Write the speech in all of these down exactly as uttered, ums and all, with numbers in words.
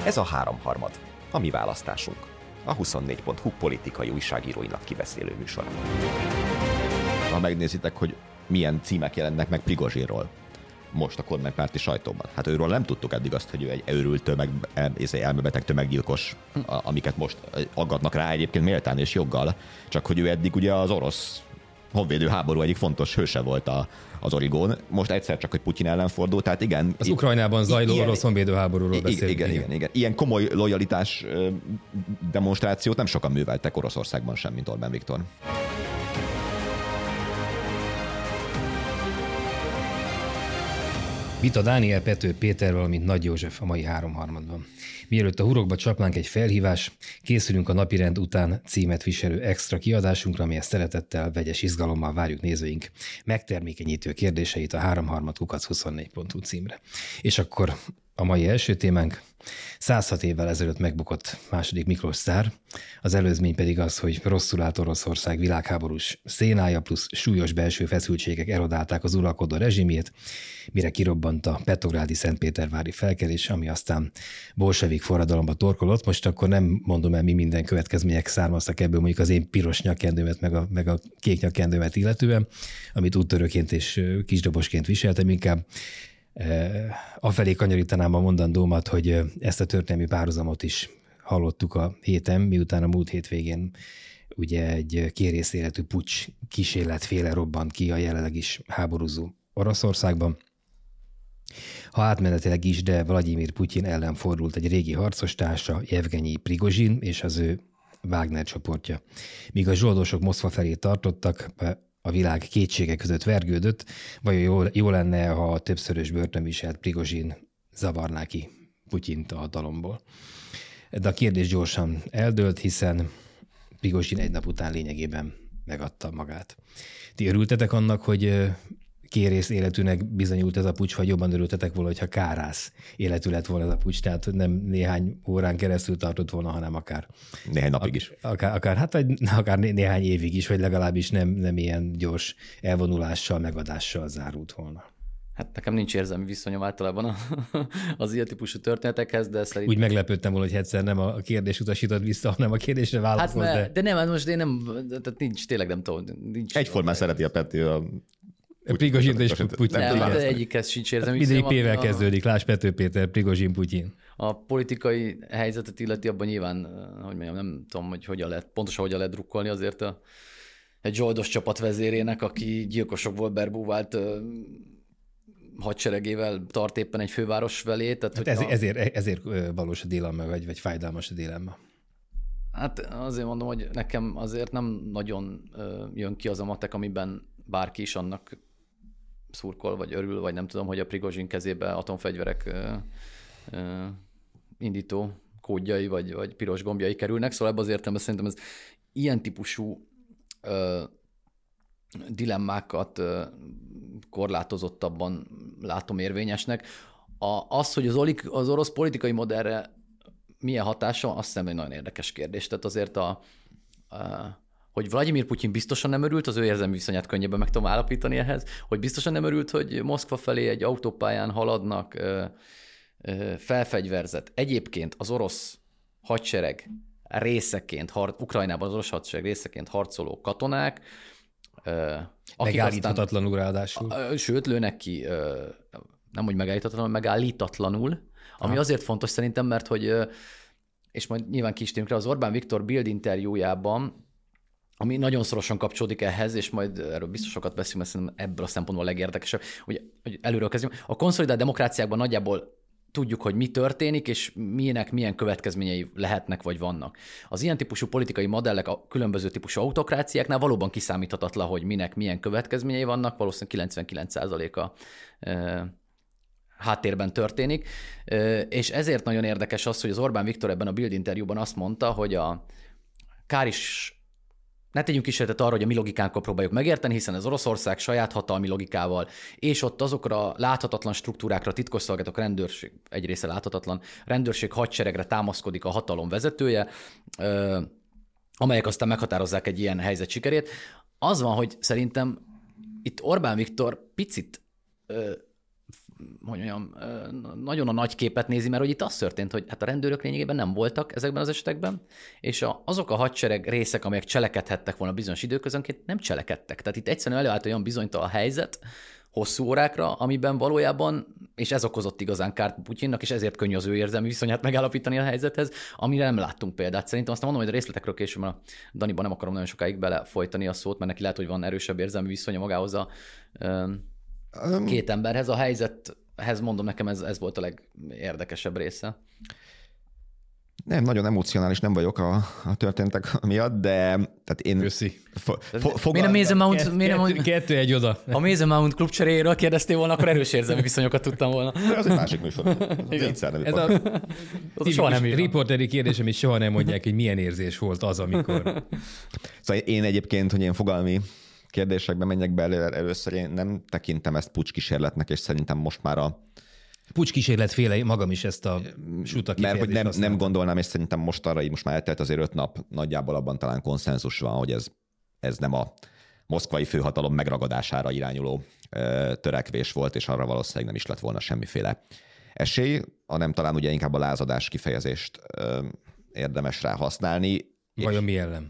Ez a háromharmad, a mi választásunk, a huszonnégy pont hu politikai újságíróinak kibeszélő műsor. Ha megnézitek, hogy milyen címek jelennek meg Prigozsinról most a kormánypárti sajtóban. Hát őről nem tudtuk eddig azt, hogy ő egy őrült tömeg, elmebeteg tömeggyilkos, amiket most aggatnak rá egyébként méltán és joggal, csak hogy ő eddig ugye az orosz honvédő háború egyik fontos hőse volt a, az Origón. Most egyszer csak, hogy Putyin ellen fordul, tehát igen. Az Ukrajnában zajló orosz honvédő háborúról beszélünk. Igen, igen, igen, igen. Ilyen komoly lojalitás demonstrációt nem sokan műveltek Oroszországban sem, mint Orbán Viktor. Vita Dániel, Pető Péter, valamint Nagy József a mai háromharmadban. Mielőtt a hurokba csapnánk egy felhívás, készülünk a Napirend után címet viselő extra kiadásunkra, amelyet szeretettel, vegyes izgalommal várjuk nézőink megtermékenyítő kérdéseit a háromharmad kukac huszonnégy pont hu címre. És akkor a mai első témánk: százhat évvel ezelőtt megbukott második Miklós cár, az előzmény pedig az, hogy rosszul állt Oroszország világháborús szénája plusz súlyos belső feszültségek erodálták az uralkodó rezsimjét, mire kirobbant a petrográdi szentpétervári felkelés, ami aztán bolsevik forradalomba torkolott. Most akkor nem mondom el, mi minden következmények származtak ebből, mondjuk az én piros nyakkendőmet, meg a, meg a kék nyakkendőmet illetően, amit úttörőként és kisdobosként viseltem, inkább afelé kanyarítanám a mondandómat, hogy ezt a történelmi párhuzamot is hallottuk a héten, miután a múlt hétvégén ugye egy kérész életű puccs kísérletféle robbant ki a jelenleg is háborúzó Oroszországban. Ha átmenetileg is, de Vladimir Putyin ellen fordult egy régi harcostársa, Jevgenyi Prigozsin és az ő Wagner csoportja. Míg a zsoldosok Moszkva felé tartottak, a világ kétségek között vergődött, vajon jó, jó lenne, ha a többszörös börtönviselt Prigozsin zavarná ki Putyint a hatalomból. De a kérdés gyorsan eldőlt, hiszen Prigozsin egy nap után lényegében megadta magát. Ti örültetek annak, hogy kérész életűnek bizonyult ez a puccs, vagy jobban örültetek volna, hogyha kárász életű lett volna ez a puccs, tehát nem néhány órán keresztül tartott volna, hanem akár néhány napig is. Akár, akár, hát vagy akár néhány évig is, vagy legalábbis nem, nem ilyen gyors elvonulással, megadással zárult volna. Hát nekem nincs érzelmi viszonyom általában a, az ilyen típusú történetekhez, de szerintem... Úgy meglepődtem volna, hogy egyszer nem a kérdés utasítod vissza, hanem a kérdésre válaszolsz. Hát, de... de nem, most én nem, tehát nincs, tényleg nem tudom. Nincs Egyformán szereti a Peti a Prigozsint és Putyin. Nem, hát egyikhez sincs érzem. Mindig P-vel kezdődik, láss Pető Péter, Prigozsin, Putyin. A politikai helyzetet illeti, abban nyilván, hogy mondjam, nem tudom, hogy hogyan lehet, pontosan hogyan lehet drukkolni azért a, egy zsoldos csapat vezérének, aki gyilkosokból berbúvált hadseregével tart éppen egy főváros felé. Tehát, hát ezért, a... ezért, ezért valós a dilemma, vagy, vagy fájdalmas a dilemma. Hát azért mondom, hogy nekem azért nem nagyon jön ki az a matek, amiben bárki is annak szurkol, vagy örül, vagy nem tudom, hogy a Prigozsin kezébe atomfegyverek ö, ö, indító kódjai, vagy, vagy piros gombjai kerülnek. Szóval ebben az értelemben szerintem ez ilyen típusú ö, dilemmákat ö, korlátozottabban látom érvényesnek. A, az, hogy az, olik, az orosz politikai modellre milyen hatása, azt hiszem egy nagyon érdekes kérdés. Tehát azért a, a hogy Vladimir Putyin biztosan nem örült, az ő érzelmi viszonyát könnyebben meg tudom állapítani ehhez, hogy biztosan nem örült, hogy Moszkva felé egy autópályán haladnak ö, ö, felfegyverzett. Egyébként az orosz hadsereg részeként, har- Ukrajnában az orosz hadsereg részeként harcoló katonák, ö, megállíthatatlanul ráadásul. Ö, sőt, lőnek ki, ö, nem hogy megállíthatatlanul, megállítatlanul, ami ha. azért fontos szerintem, mert hogy, ö, és majd nyilván ki is térünk rá, az Orbán Viktor Bild interjújában, ami nagyon szorosan kapcsolódik ehhez, és majd erről biztos sokat beszélünk, mert szerintem ebből a szempontból a legérdekesebb, hogy, hogy előről kezdjünk. A konszolidált demokráciákban nagyjából tudjuk, hogy mi történik, és milyenek, milyen következményei lehetnek, vagy vannak. Az ilyen típusú politikai modellek a különböző típusú autokráciáknál valóban kiszámíthatatlan, hogy minek milyen következményei vannak, valószínűleg kilencvenkilenc százaléka e, háttérben történik, e, és ezért nagyon érdekes az, hogy az Orbán Viktor ebben a Bild interjúban azt mondta, hogy a kár is ne tegyünk kísérletet arra, hogy a mi logikánkkal próbáljuk megérteni, hiszen az Oroszország saját hatalmi logikával, és ott azokra láthatatlan struktúrákra, titkosszolgálatok, rendőrség, egy része láthatatlan, rendőrség, hadseregre támaszkodik a hatalom vezetője, amelyek aztán meghatározzák egy ilyen helyzet sikerét. Az van, hogy szerintem itt Orbán Viktor picit hogy mondjam, nagyon a nagy képet nézi, mert hogy itt az történt, hogy hát a rendőrök lényegében nem voltak ezekben az esetekben, és a, azok a hadsereg részek, amelyek cselekedhettek volna bizonyos időközönként, nem cselekedtek. Tehát itt egyszerűen előállt olyan bizonytalan helyzet hosszú órákra, amiben valójában, és ez okozott igazán kárt Putyinnak, és ezért könnyű az ő érzelmi viszonyát megállapítani a helyzethez, amire nem láttunk példát. Szerintem aztán mondom, hogy a részletekről később, mert a Daniban nem akarom nagyon sokáig belefolytani a szót, mert neki lehet, hogy van erősebb érzelmi viszonya magához a um, két emberhez. A helyzethez mondom, nekem ez, ez volt a legérdekesebb része. Nem, nagyon emocionális nem vagyok a, a történtek miatt, de tehát én... Köszi. Fo, fo, fogal... Miért nem Mason Mount... Kettő, miért nem... kettő egy oda. Ha Mason Mount klub cseréjéről kérdeztél volna, akkor erős érzelmi viszonyokat tudtam volna. De az egy másik műsor. Ez a, a soha nem riporteri kérdés, amit soha nem mondják, hogy milyen érzés volt az, amikor... Szóval én egyébként, hogy én fogalmi kérdésekbe menjek bele először, én nem tekintem ezt pucskísérletnek, és szerintem most már a pucskísérletféle magam is ezt a suta Mert hogy nem, nem gondolnám, és szerintem most arra így most már eltelt azért öt nap, nagyjából abban talán konszenzus van, hogy ez, ez nem a moszkvai főhatalom megragadására irányuló ö, törekvés volt, és arra valószínűleg nem is lett volna semmiféle esély, hanem talán ugye inkább a lázadás kifejezést ö, érdemes rá használni. Vajon mi ellen?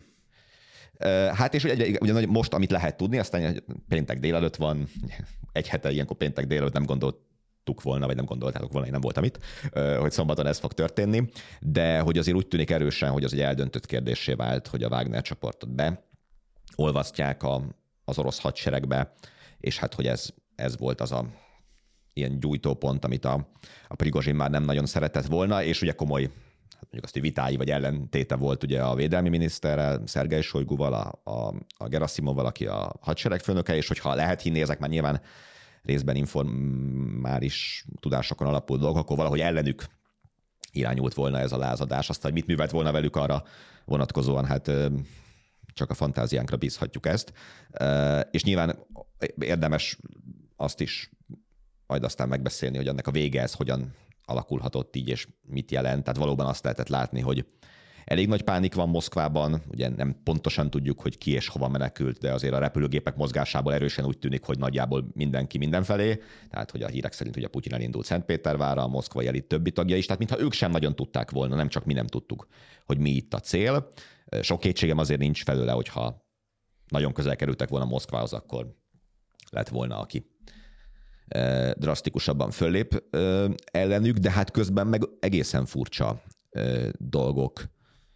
Ö, hát és ugye, ugye most, amit lehet tudni, aztán péntek délelőtt van, egy hete ilyenkor péntek délelőtt nem gondolt, volna, vagy nem gondoltátok volna, én nem voltam itt, hogy szombaton ez fog történni, de hogy azért úgy tűnik erősen, hogy az egy eldöntött kérdéssé vált, hogy a Wagner csoportot beolvasztják a, az orosz hadseregbe, és hát, hogy ez, ez volt az a ilyen gyújtópont, amit a, a Prigozsin már nem nagyon szeretett volna, és ugye komoly, hát mondjuk azt, hogy vitái vagy ellentéte volt ugye a védelmi miniszterrel, Szergej Sojguval, a, a, a Gerasimovval, aki a hadseregfőnöke, és hogyha lehet hinni, ezek már nyilván részben informális tudásokon alapuló dolgok, akkor valahogy ellenük irányult volna ez a lázadás. Aztán, hogy mit művelt volna velük arra vonatkozóan, hát csak a fantáziánkra bízhatjuk ezt. És nyilván érdemes azt is majd aztán megbeszélni, hogy ennek a vége ez hogyan alakulhatott így, és mit jelent. Tehát valóban azt lehetett látni, hogy elég nagy pánik van Moszkvában, ugye nem pontosan tudjuk, hogy ki és hova menekült, de azért a repülőgépek mozgásából erősen úgy tűnik, hogy nagyjából mindenki mindenfelé, tehát hogy a hírek szerint ugye Putyin elindult Szentpétervárra, a moszkvai elit többi tagja is, tehát mintha ők sem nagyon tudták volna, nem csak mi nem tudtuk, hogy mi itt a cél. Sok kétségem azért nincs felőle, hogyha nagyon közel kerültek volna Moszkvához, akkor lett volna, aki drasztikusabban föllép ellenük, de hát közben meg egészen furcsa dolgok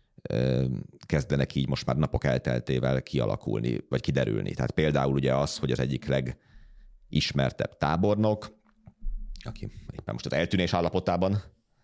kezdenek így most már napok elteltével kialakulni, vagy kiderülni. Tehát például ugye az, hogy az egyik legismertebb tábornok, aki éppen most az eltűnés állapotában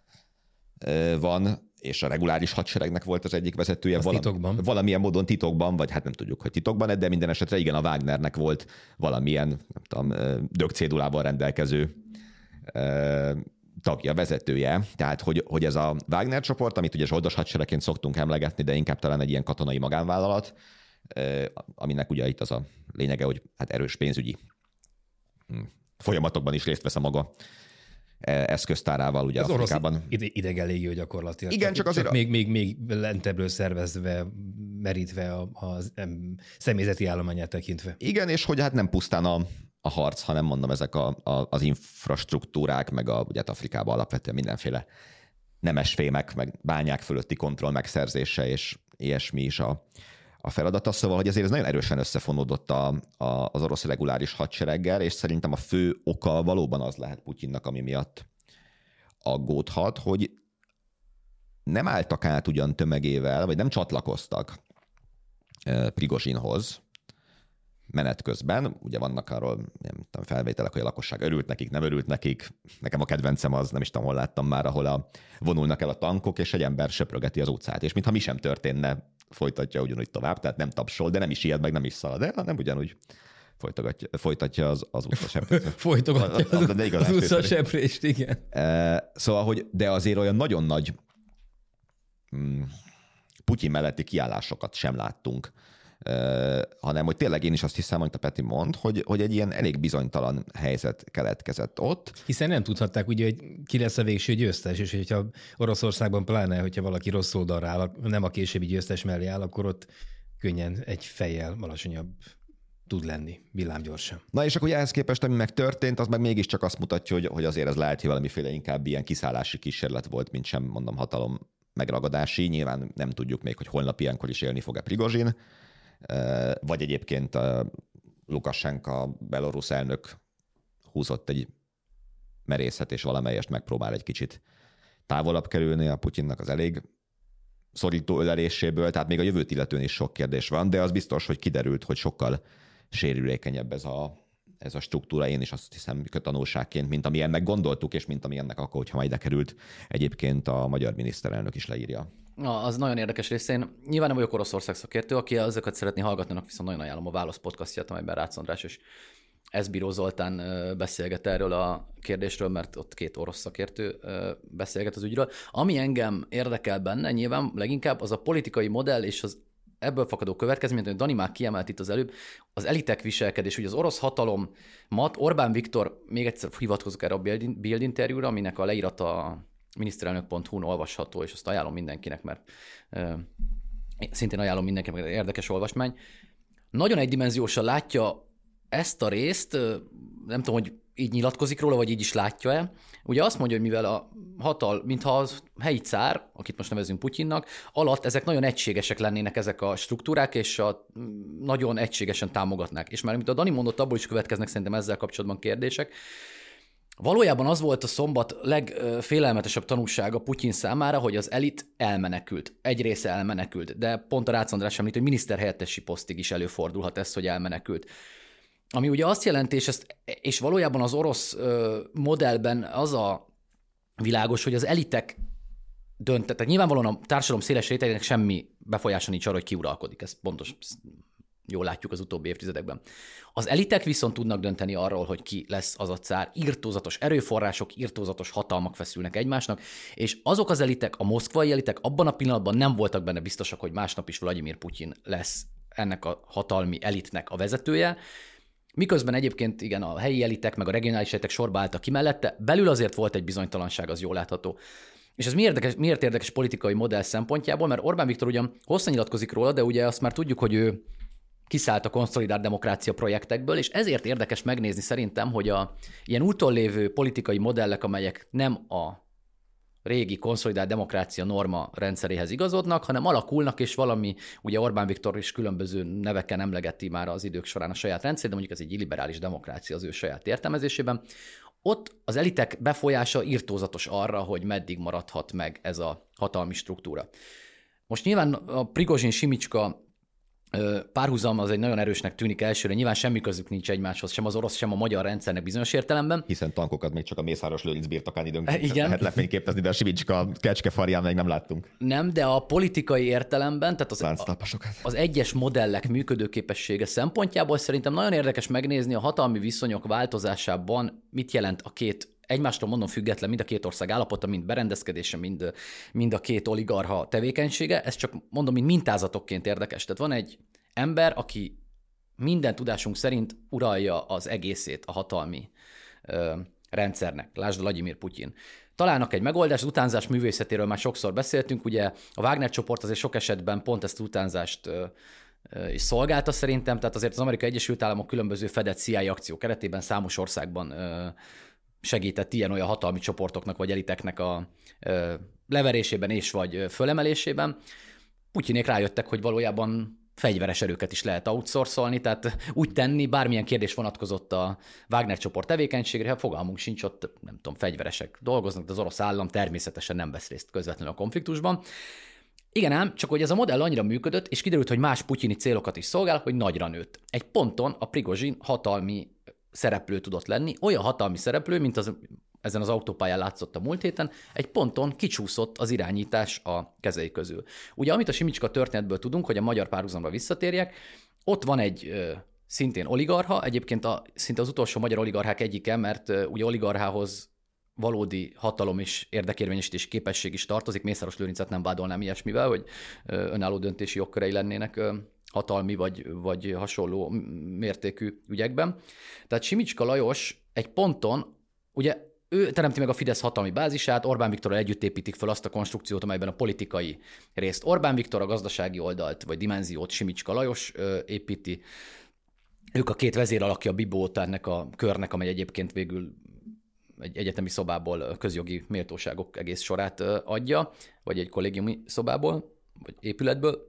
van, és a reguláris hadseregnek volt az egyik vezetője. Az valami, titokban. Valamilyen módon titokban, vagy hát nem tudjuk, hogy titokban, de minden esetre igen, a Wagnernek volt valamilyen, nem tudom, dögcédulával rendelkező tagja, vezetője. Tehát, hogy, hogy ez a Wagner csoport, amit ugye zsoldos hadseregként szoktunk emlegetni, de inkább talán egy ilyen katonai magánvállalat, aminek ugye itt az a lényege, hogy hát erős pénzügyi folyamatokban is részt vesz a maga eszköztárával, ugye az Afrikában. Orosz ide, idegen légió gyakorlatilag. Igen, csak azért... Csak még, még, még lentebbről szervezve, merítve a, a személyzeti állományát tekintve. Igen, és hogy hát nem pusztán a, a harc, hanem mondom, ezek a, a, az infrastruktúrák, meg a, ugye Afrikában alapvetően mindenféle nemesfémek, meg bányák fölötti kontroll megszerzése, és ilyesmi is a, a feladata. Szóval, hogy ezért ez nagyon erősen összefonódott a, a, az orosz reguláris hadsereggel, és szerintem a fő oka valóban az lehet Putyinnak, ami miatt aggódhat, hogy nem álltak át ugyan tömegével, vagy nem csatlakoztak Prigozsinhoz menet közben. Ugye vannak arról nem tudom, felvételek, hogy a lakosság örült nekik, nem örült nekik. Nekem a kedvencem az, nem is tudom, hol láttam már, ahol a, vonulnak el a tankok, és egy ember söprögeti az utcát. És mintha mi sem történne, folytatja ugyanúgy tovább, tehát nem tapsol, de nem is ijed, meg nem is szalad el, nem ugyanúgy folytatja az, az utcaseprést. Folytogatja az, az, az utcaseprést, igen. Szóval, hogy de azért olyan nagyon nagy hmm, Putyin melletti kiállásokat sem láttunk, uh, hanem hogy tényleg én is azt hiszem, amit a Peti mond, hogy, hogy egy ilyen elég bizonytalan helyzet keletkezett ott. Hiszen nem tudhatták ugye, hogy ki lesz a végső győztes, és hogyha Oroszországban pláne, hogyha valaki rossz oldalra áll, nem a későbbi győztes mellé áll, akkor ott könnyen egy fejjel alacsonyabb tud lenni villámgyorsan. Na és akkor ehhez képest, ami meg történt, az meg mégiscsak azt mutatja, hogy, hogy azért ez lehet, hogy valamiféle inkább ilyen kiszállási kísérlet volt, mint sem mondom hatalom megragadási. Nyilván nem tudjuk még, hogy holnap ilyenkor is élni fog-e Prigozsin, vagy egyébként a Lukasenka, belorusz elnök húzott egy merészet, és valamelyest megpróbál egy kicsit távolabb kerülni a Putyinnak az elég szorító öleléséből, tehát még a jövőt illetően is sok kérdés van, de az biztos, hogy kiderült, hogy sokkal sérülékenyebb ez a, ez a struktúra, én is azt hiszem tanulságként, mint amilyen meg gondoltuk, és mint amilyennek akkor, hogyha majd ide került, egyébként a magyar miniszterelnök is leírja. Na, az nagyon érdekes rész. Én nyilván nem vagyok Oroszország szakértő, aki ezeket szeretné hallgatni, viszont nagyon ajánlom a Válasz podcastját, amelyben Rácz András és Eszbíró Zoltán beszélget erről a kérdésről, mert ott két orosz szakértő beszélget az ügyről. Ami engem érdekel benne, nyilván leginkább az a politikai modell és az ebből fakadó következmény, amit Dani már kiemelt itt az előbb, az elitek viselkedés, ugye az orosz hatalom, mat, Orbán Viktor, még egyszer hivatkozok erre a Bild interjúra, aminek a leírata a miniszterelnök pont hu-n olvasható, és azt ajánlom mindenkinek, mert uh, szintén ajánlom mindenkinek, mert érdekes olvasmány. Nagyon egydimenziósan látja ezt a részt, nem tudom, hogy így nyilatkozik róla, vagy így is látja-e. Ugye azt mondja, hogy mivel a hatal, mintha a helyi cár, akit most nevezünk Putyinnak, alatt ezek nagyon egységesek lennének ezek a struktúrák, és a, nagyon egységesen támogatnák. És már, mint a Dani mondott, abból is következnek szerintem ezzel kapcsolatban kérdések. Valójában az volt a szombat legfélelmetesebb tanulsága Putyin számára, hogy az elit elmenekült. Egy része elmenekült, de pont a Rácz András említ, hogy miniszterhelyettesi posztig is előfordulhat ez, hogy elmenekült. Ami ugye azt jelenti, és, ezt, és valójában az orosz ö, modellben az a világos, hogy az elitek döntet, tehát nyilvánvalóan a társadalom széles rétegének semmi befolyása nincs arra, hogy ki uralkodik. Ez pontos, jól látjuk az utóbbi évtizedekben. Az elitek viszont tudnak dönteni arról, hogy ki lesz az a cár. Irtózatos erőforrások, irtózatos hatalmak feszülnek egymásnak, és azok az elitek, a moszkvai elitek abban a pillanatban nem voltak benne biztosak, hogy másnap is Vladimir Putyin lesz ennek a hatalmi elitnek a vezetője. Miközben egyébként igen, a helyi elitek, meg a regionális elitek sorba álltak ki mellette, belül azért volt egy bizonytalanság, az jól látható. És ez miért érdekes, miért érdekes politikai modell szempontjából, mert Orbán Viktor ugyan hosszan nyilatkozik róla, de ugye azt már tudjuk, hogy ő kiszállt a konszolidált demokrácia projektekből, és ezért érdekes megnézni szerintem, hogy a ilyen úton lévő politikai modellek, amelyek nem a régi konszolidált demokrácia norma rendszeréhez igazodnak, hanem alakulnak, és valami, ugye Orbán Viktor is különböző neveken emlegeti már az idők során a saját rendszerét, de mondjuk ez egy illiberális demokrácia az ő saját értelmezésében. Ott az elitek befolyása irtózatos arra, hogy meddig maradhat meg ez a hatalmi struktúra. Most nyilván a Prigozsin-Simicska párhuzam az egy nagyon erősnek tűnik elsőre, nyilván semmi közük nincs egymáshoz, sem az orosz, sem a magyar rendszernek bizonyos értelemben. Hiszen tankokat még csak a Mészáros Lőrinc birtokán időnként Igen. lehet lefényképezni, de a Simicska kecskefarján még nem láttunk. Nem, de a politikai értelemben, tehát az, a, az egyes modellek működőképessége szempontjából szerintem nagyon érdekes megnézni a hatalmi viszonyok változásában, mit jelent a két egymástól mondom független, mind a két ország állapota, mind berendezkedése, mind, mind a két oligarcha tevékenysége. Ez csak mondom, mint mintázatokként érdekes. Tehát van egy ember, aki minden tudásunk szerint uralja az egészét a hatalmi ö, rendszernek. Lásd Vladimir Putyin. Találnak egy megoldást, az utánzás művészetéről már sokszor beszéltünk, ugye a Wagner csoport azért sok esetben pont ezt az utánzást ö, ö, is szolgálta szerintem, tehát azért az Amerikai Egyesült Államok különböző fedett C I A akció keretében számos országban ö, segített ilyen-olyan hatalmi csoportoknak vagy eliteknek a ö, leverésében és vagy fölemelésében. Putyinék rájöttek, hogy valójában fegyveres erőket is lehet outsourcolni, tehát úgy tenni, bármilyen kérdés vonatkozott a Wagner csoport tevékenységre, fogalmunk sincs, ott nem tudom, fegyveresek dolgoznak, de az orosz állam természetesen nem vesz részt közvetlenül a konfliktusban. Igen ám, csak hogy ez a modell annyira működött, és kiderült, hogy más putyini célokat is szolgál, hogy nagyra nőtt. Egy ponton a Prigozsin hatalmi szereplő tudott lenni, olyan hatalmi szereplő, mint az, ezen az autópályán látszott a múlt héten, egy ponton kicsúszott az irányítás a kezei közül. Ugye, amit a Simicska történetből tudunk, hogy a magyar párhuzamra visszatérjek, ott van egy ö, szintén oligarcha, egyébként a, szinte az utolsó magyar oligarchák egyike, mert ö, ugye oligarchához valódi hatalom és érdekérvényesítési képesség is tartozik. Mészáros Lőrincet nem vádolnám ilyesmivel, hogy ö, önálló döntési jogkörei lennének ö, hatalmi vagy, vagy hasonló mértékű ügyekben. Tehát Simicska Lajos egy ponton, ugye ő teremti meg a Fidesz hatalmi bázisát, Orbán Viktorral együtt építik fel azt a konstrukciót, amelyben a politikai részt Orbán Viktor, a gazdasági oldalt vagy dimenziót Simicska Lajos ö, építi. ők a két vezéralakja Bibóta ennek a körnek, amely egyébként végül egy egyetemi szobából közjogi méltóságok egész sorát adja, vagy egy kollégiumi szobából, vagy épületből.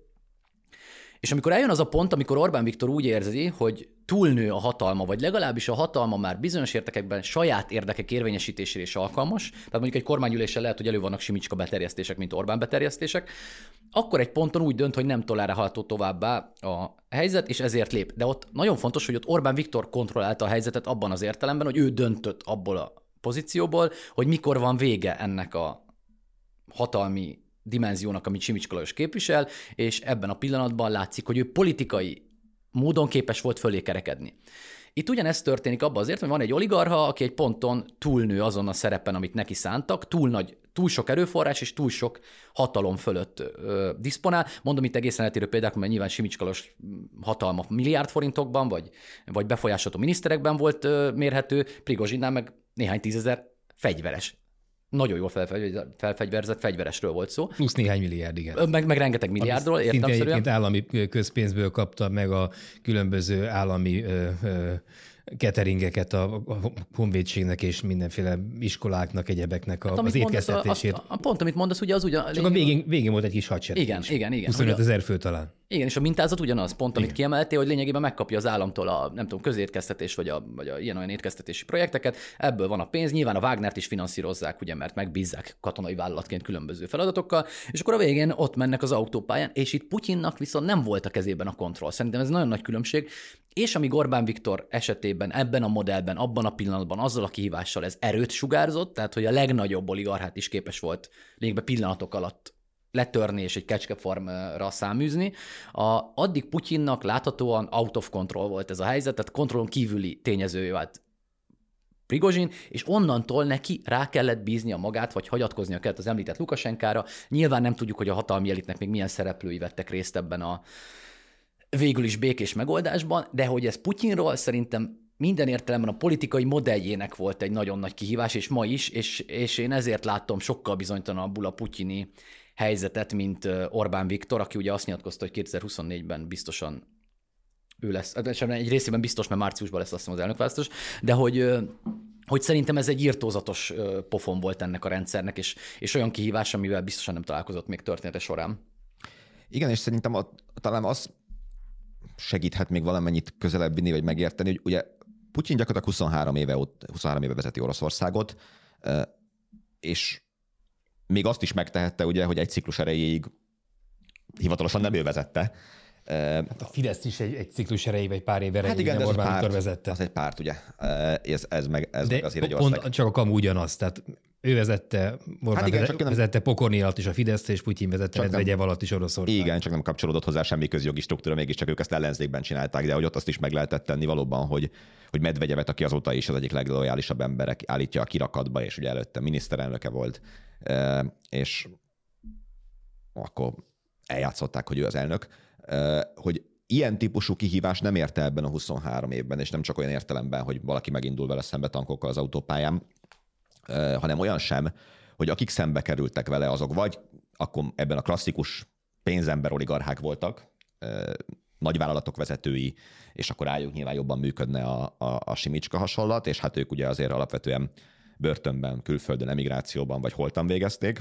És amikor eljön az a pont, amikor Orbán Viktor úgy érzi, hogy túlnő a hatalma, vagy legalábbis a hatalma már bizonyos értekekben saját érdekek érvényesítésére is alkalmas, tehát mondjuk egy kormányülésen lehet, hogy elő vannak Simicska beterjesztések, mint Orbán beterjesztések, akkor egy ponton úgy dönt, hogy nem tolerálható továbbá a helyzet, és ezért lép. De ott nagyon fontos, hogy ott Orbán Viktor kontrollálta a helyzetet abban az értelemben, hogy ő döntött abból a pozícióból, hogy mikor van vége ennek a hatalmi dimenziónak, amit Simicska Lajos képvisel, és ebben a pillanatban látszik, hogy ő politikai módon képes volt fölé kerekedni. Itt ugyanezt történik abban azért, hogy van egy oligarcha, aki egy ponton túlnő azon a szerepen, amit neki szántak, túl nagy, túl sok erőforrás és túl sok hatalom fölött ö, diszponál. Mondom itt egészen eltérő például, mert nyilván Simicska Lajos hatalma milliárd forintokban, vagy, vagy befolyásolható miniszterekben volt ö, mérhető, Prigozsinnál meg néhány tízezer fegyveres. Nagyon jól felfegyverzett fegyveresről volt szó. Plusz néhány milliárd, igen. Meg, meg rengeteg milliárdról, értem szerűen. szerűen. Egyébként állami közpénzből kapta meg a különböző állami ö, ö, cateringeket a honvédségnek és mindenféle iskoláknak, egyebeknek a, hát, az étkeztetését. A, a pont, amit mondasz, ugye az ugyan... Csak a végén, végén volt egy kis hadsereg. Igen, igen, igen. huszonöt ezer fő talán. Igen, és a mintázat ugyanaz, pont, amit igen. kiemeltél, hogy lényegében megkapja az államtól a, nem tudom, közétkeztetés, vagy a, vagy a ilyen-olyan étkeztetési projekteket, ebből van a pénz, nyilván a Wagnert is finanszírozzák, ugye, mert megbízzák katonai vállalatként különböző feladatokkal, és akkor a végén ott mennek az autópályán, és itt Putyinnak viszont nem volt a kezében a kontroll. Szerintem ez nagyon nagy különbség, és amíg Orbán Viktor esetében, ebben a modellben, abban a pillanatban, azzal a kihívással ez erőt sugárzott, tehát hogy a legnagyobb oligarchát is képes volt lényegben pillanatok alatt letörni és egy kecskefarmra száműzni. A, addig Putyinnak láthatóan out of control volt ez a helyzet, tehát kontrollon kívüli tényezője vált Prigozsin, és onnantól neki rá kellett bíznia magát, vagy hagyatkoznia kellett az említett Lukasenkára. Nyilván nem tudjuk, hogy a hatalmi elitnek még milyen szereplői vettek részt ebben a végül is békés megoldásban, de hogy ez Putyinról szerintem minden értelemben a politikai modelljének volt egy nagyon nagy kihívás, és ma is, és, és én ezért látom sokkal bizonytalanabbul a putyini helyzetet, mint Orbán Viktor, aki ugye azt nyilatkozta, hogy kétezer-huszonnégyben biztosan ő lesz, egy részében biztos, mert márciusban lesz azt hiszem az elnökválasztás, de hogy, hogy szerintem ez egy irtózatos pofon volt ennek a rendszernek, és, és olyan kihívás, amivel biztosan nem találkozott még története során. Igen, és szerintem a, talán az segíthet még valamennyit közelebb vinni, vagy megérteni, hogy ugye Putyin gyakorlatilag huszonhárom éve, ott, huszonhárom éve vezeti Oroszországot, és még azt is megtehette, ugye, hogy egy ciklus erejéig hivatalosan nem ő vezette. Hát a Fidesz is egy, egy ciklus erejéig, vagy pár év erejéig hát igen, nem Orbán párt, Viktor vezette. Az egy párt, ugye. Ez, ez meg, ez de meg azért egy ország. ország. Csak a kamu ugyanaz, tehát ő vezette, Orbán hát igen, vezette, nem... vezette Pokorni alatt is a Fideszt, és Putyin vezette Medvegyev alatt is Oroszország. Igen, csak nem kapcsolódott hozzá semmi közjogi struktúra, mégiscsak ők ezt ellenzékben csinálták, de hogy ott azt is meg lehetett tenni valóban, hogy, hogy Medvegyevet, aki azóta is az egyik leglojálisabb ember, állítja a kirakatba, és ugye előtte miniszterelnöke volt, és akkor eljátszották, hogy ő az elnök, hogy ilyen típusú kihívás nem érte ebben a huszonhárom évben, és nem csak olyan értelemben, hogy valaki megindul vele szembe tankokkal az autópályán, hanem olyan sem, hogy akik szembe kerültek vele, azok vagy akkor ebben a klasszikus pénzember oligarchák voltak, nagyvállalatok vezetői, és akkor rájuk nyilván jobban működne a, a, a Simicska hasonlat, és hát ők ugye azért alapvetően börtönben, külföldön, emigrációban vagy holtan végezték.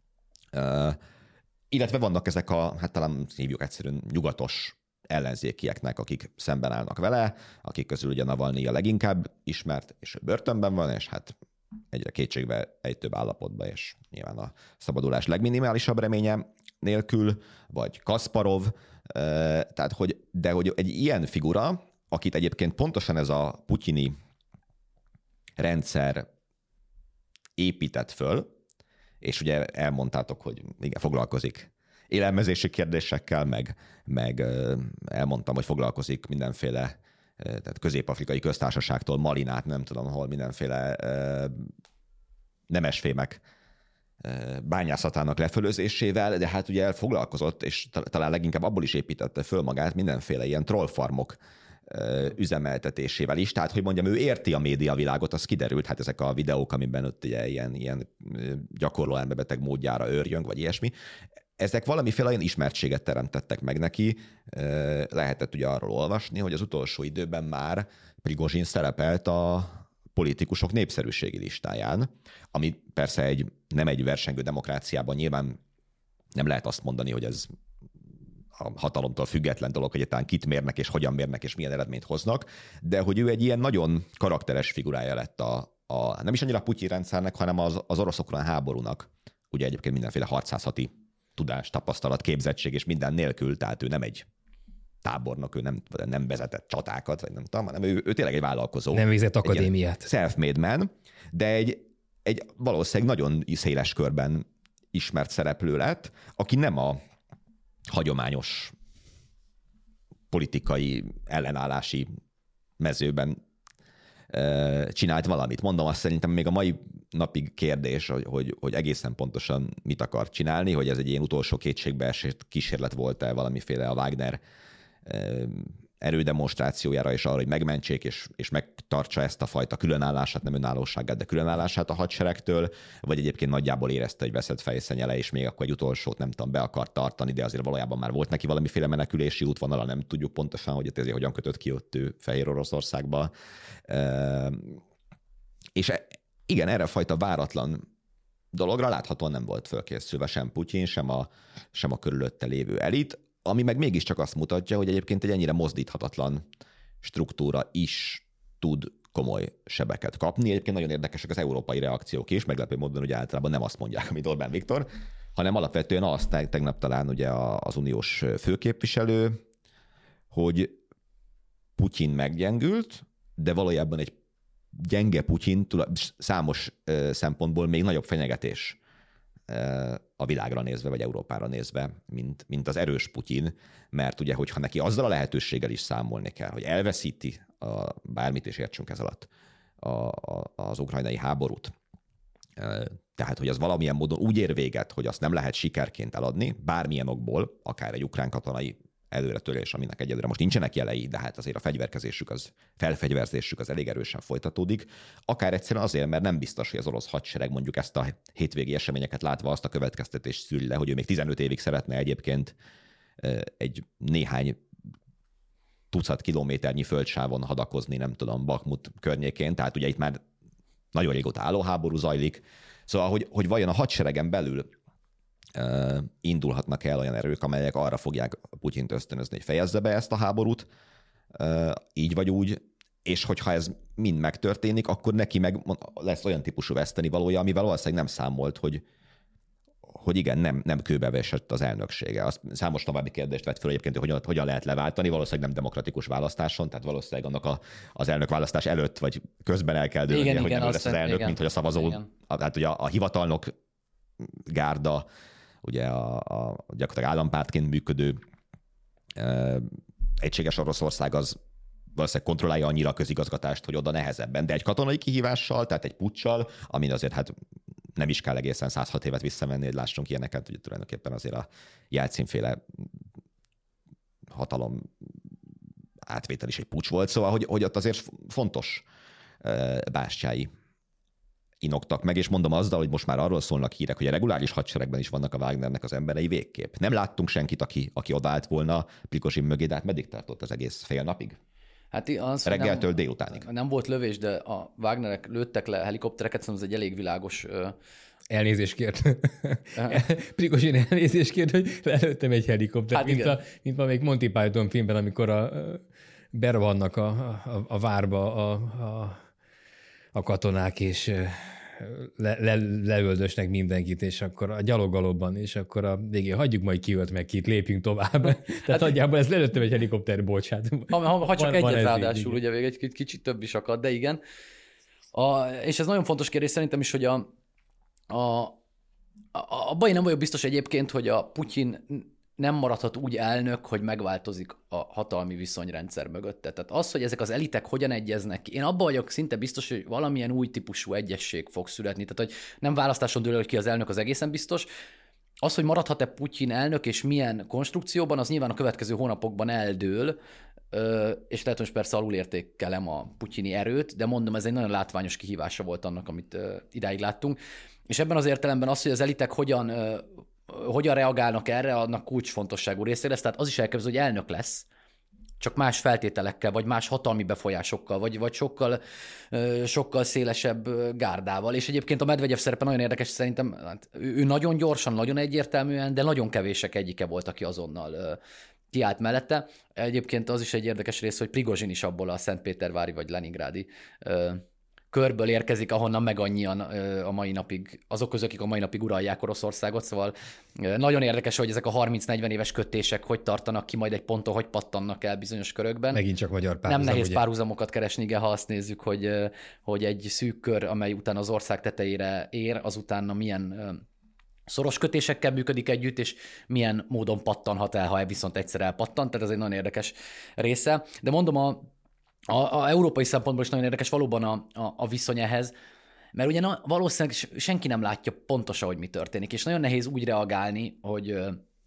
Illetve vannak ezek a, hát talán hívjuk egyszerűen nyugatos ellenzékieknek, akik szemben állnak vele, akik közül ugye Navalnyi a leginkább ismert, és börtönben van, és hát egyre kétségbe ejtőbb állapotban, és nyilván a szabadulás legminimálisabb reménye nélkül, vagy Kasparov, tehát hogy, de hogy egy ilyen figura, akit egyébként pontosan ez a putyini rendszer épített föl, és ugye elmondtátok, hogy igen, foglalkozik élelmezési kérdésekkel, meg, meg elmondtam, hogy foglalkozik mindenféle, tehát közép-afrikai köztársaságtól Malinát, nem tudom hol, mindenféle nemesfémek bányászatának lefölözésével, de hát ugye foglalkozott, és talán leginkább abból is építette föl magát mindenféle ilyen trollfarmok üzemeltetésével is. Tehát, hogy mondjam, ő érti a médiavilágot, az kiderült, hát ezek a videók, amiben ott ugye ilyen, ilyen gyakorló elmebeteg módjára őrjöng, vagy ilyesmi. ezek valamiféle olyan ismertséget teremtettek meg neki. Lehetett ugye arról olvasni, hogy az utolsó időben már Prigozsin szerepelt a politikusok népszerűségi listáján, ami persze egy, nem egy versengő demokráciában nyilván nem lehet azt mondani, hogy ez a hatalomtól független dolog, hogy egyáltalán kit mérnek, és hogyan mérnek, és milyen eredményt hoznak, de hogy ő egy ilyen nagyon karakteres figurája lett a, a nem is annyira a Putyin rendszernek, hanem az, az orosz-ukrán háborúnak. Ugye egyébként mindenféle harcászati tudás, tapasztalat, képzettség és minden nélkül, tehát ő nem egy tábornok, ő nem, nem vezetett csatákat, vagy nem tudom, hanem ő, ő tényleg egy vállalkozó. Nem végzett akadémiát. Self-made man, de egy, egy valószínűleg nagyon széles körben ismert szereplő lett, aki nem a hagyományos politikai ellenállási mezőben e, csinált valamit. Mondom, azt szerintem még a mai napig kérdés, hogy, hogy, hogy egészen pontosan mit akar csinálni, hogy ez egy ilyen utolsó kétségbeesett kísérlet volt-e valamiféle a Wagner e, erődemonstrációjára, és arra, hogy megmentsék, és, és megtartsa ezt a fajta különállását, nem önállóságát, de különállását a hadseregtől, vagy egyébként nagyjából érezte, hogy veszett fejszennyele, és még akkor egy utolsót nem tudom, be akar tartani, de azért valójában már volt neki valamiféle menekülési útvonala, nem tudjuk pontosan, hogy ezért hogyan kötött ki ott ő Fehér Oroszországba. És igen, erre a fajta váratlan dologra láthatóan nem volt fölkészülve sem Putyin, sem a, sem a körülötte lévő elit, ami meg mégiscsak azt mutatja, hogy egyébként egy ennyire mozdíthatatlan struktúra is tud komoly sebeket kapni. Egyébként nagyon érdekesek az európai reakciók is, meglepő módon ugye általában nem azt mondják, amit Orbán Viktor, hanem alapvetően azt tegnap talán ugye az uniós főképviselő, hogy Putyin meggyengült, de valójában egy gyenge Putyin számos szempontból még nagyobb fenyegetés a világra nézve, vagy Európára nézve, mint, mint az erős Putyin, mert ugye, hogyha neki azzal a lehetőséggel is számolni kell, hogy elveszíti a, bármit is értsünk ez alatt a, a, az ukrajnai háborút, tehát, hogy az valamilyen módon úgy ér véget, hogy azt nem lehet sikerként eladni, bármilyen okból, akár egy ukrán katonai előretörés, aminek egyelőre most nincsenek jelei, de hát azért a fegyverkezésük, az felfegyverzésük az elég erősen folytatódik. Akár egyszerűen azért, mert nem biztos, hogy az orosz hadsereg mondjuk ezt a hétvégi eseményeket látva azt a következtetést szül le, hogy ő még tizenöt évig szeretne egyébként egy néhány tucat kilométernyi földsávon hadakozni, nem tudom, Bakhmut környékén, tehát ugye itt már nagyon régóta álló háború zajlik. Szóval, hogy, hogy vajon a hadseregen belül Uh, indulhatnak el olyan erők, amelyek arra fogják Putyint ösztönözni, hogy fejezze be ezt a háborút, uh, így vagy úgy, és hogyha ez mind megtörténik, akkor neki meg lesz olyan típusú vesztenivalója, amivel valószínűleg nem számolt, hogy, hogy igen, nem, nem kőbevesett az elnöksége. Az számos további kérdést vett fel egyébként, hogy hogyan, hogyan lehet leváltani, valószínűleg nem demokratikus választáson, tehát valószínűleg annak a, az elnökválasztás előtt vagy közben el kell dőlnie, hogy nem lesz az elnök, igen, mint hogy a szavazó, a, hát ugye a, a hivatalnok gárda, ugye a, a gyakorlatilag állampártként működő e, egységes Oroszország az valószínűleg kontrollálja annyira a közigazgatást, hogy oda nehezebben, de egy katonai kihívással, tehát egy puccsal, amin azért hát nem is kell egészen száz hat évet visszamenni, hogy lássunk ilyeneket, ugye tulajdonképpen azért a Jelcin-féle hatalom átvétel is egy puccs volt, szóval hogy, hogy ott azért fontos e, bástyái inoktak meg, és mondom azzal, hogy most már arról szólnak hírek, hogy a reguláris hadseregben is vannak a Wagnernek az emberei végképp. Nem láttunk senkit, aki, aki odaállt volna Prigozsin mögé, de hát meddig tartott az egész fél napig? Hát az, reggeltől nem, délutánig. Nem volt lövés, de a Wagnerek lőttek le helikoptereket, szóval ez egy elég világos... Elnézést kért. Prigozsin elnézést kért, hogy lelőttem egy helikoptert, hát mint, a, mint a még Monty Python filmben, amikor a, bervannak a, a, a várba a, a a katonák, és le, le, leöldösnek mindenkit, és akkor a gyaloggalobban, és akkor a végén hagyjuk majd kiölt meg kit, lépjünk tovább. Tehát hát, nagyjából ez lelőttem egy helikopter, bocsát. Ha, ha, ha csak van, egyet van ráadásul, ugye még egy kicsit több is akad, de igen. A, és ez nagyon fontos kérdés szerintem is, hogy a, a, a, abban én nem vagyok biztos egyébként, hogy a Putyin nem maradhat úgy elnök, hogy megváltozik a hatalmi viszonyrendszer mögötte. Tehát az, hogy ezek az elitek hogyan egyeznek ki, én abban vagyok szinte biztos, hogy valamilyen új típusú egyesség fog születni. Tehát, hogy nem választáson dől ki az elnök, az egészen biztos. Az, hogy maradhat-e Putyin elnök, és milyen konstrukcióban, az nyilván a következő hónapokban eldől, és lehet, hogy persze alulértékelem a putyini erőt, de mondom, ez egy nagyon látványos kihívása volt annak, amit idáig láttunk. És ebben az értelemben az, hogy az elitek hogyan hogyan reagálnak erre, annak kulcsfontosságú része lesz. Tehát az is elképzelhető, hogy elnök lesz, csak más feltételekkel, vagy más hatalmi befolyásokkal, vagy, vagy sokkal, sokkal szélesebb gárdával. És egyébként a Medvegyev szerepe nagyon érdekes, szerintem hát ő nagyon gyorsan, nagyon egyértelműen, de nagyon kevések egyike volt, aki azonnal kiállt mellette. Egyébként az is egy érdekes rész, hogy Prigozsin is abból a szentpétervári vagy leningrádi körből érkezik, ahonnan meg annyian a mai napig, azok közül, akik a mai napig uralják Oroszországot, szóval nagyon érdekes, hogy ezek a harminc-negyven éves kötések hogy tartanak ki majd egy ponton, hogy pattannak el bizonyos körökben. Megint csak magyar párhuzam. Nem nehéz ugye? párhuzamokat keresni, igen, ha azt nézzük, hogy, hogy egy szűk kör, amely után az ország tetejére ér, azután milyen szoros kötésekkel működik együtt, és milyen módon pattanhat el, ha viszont egyszer elpattant, tehát ez egy nagyon érdekes része. De mondom, a A, a európai szempontból is nagyon érdekes valóban a, a, a viszony ehhez, mert ugye na, valószínűleg senki nem látja pontosan, hogy mi történik, és nagyon nehéz úgy reagálni, hogy ö,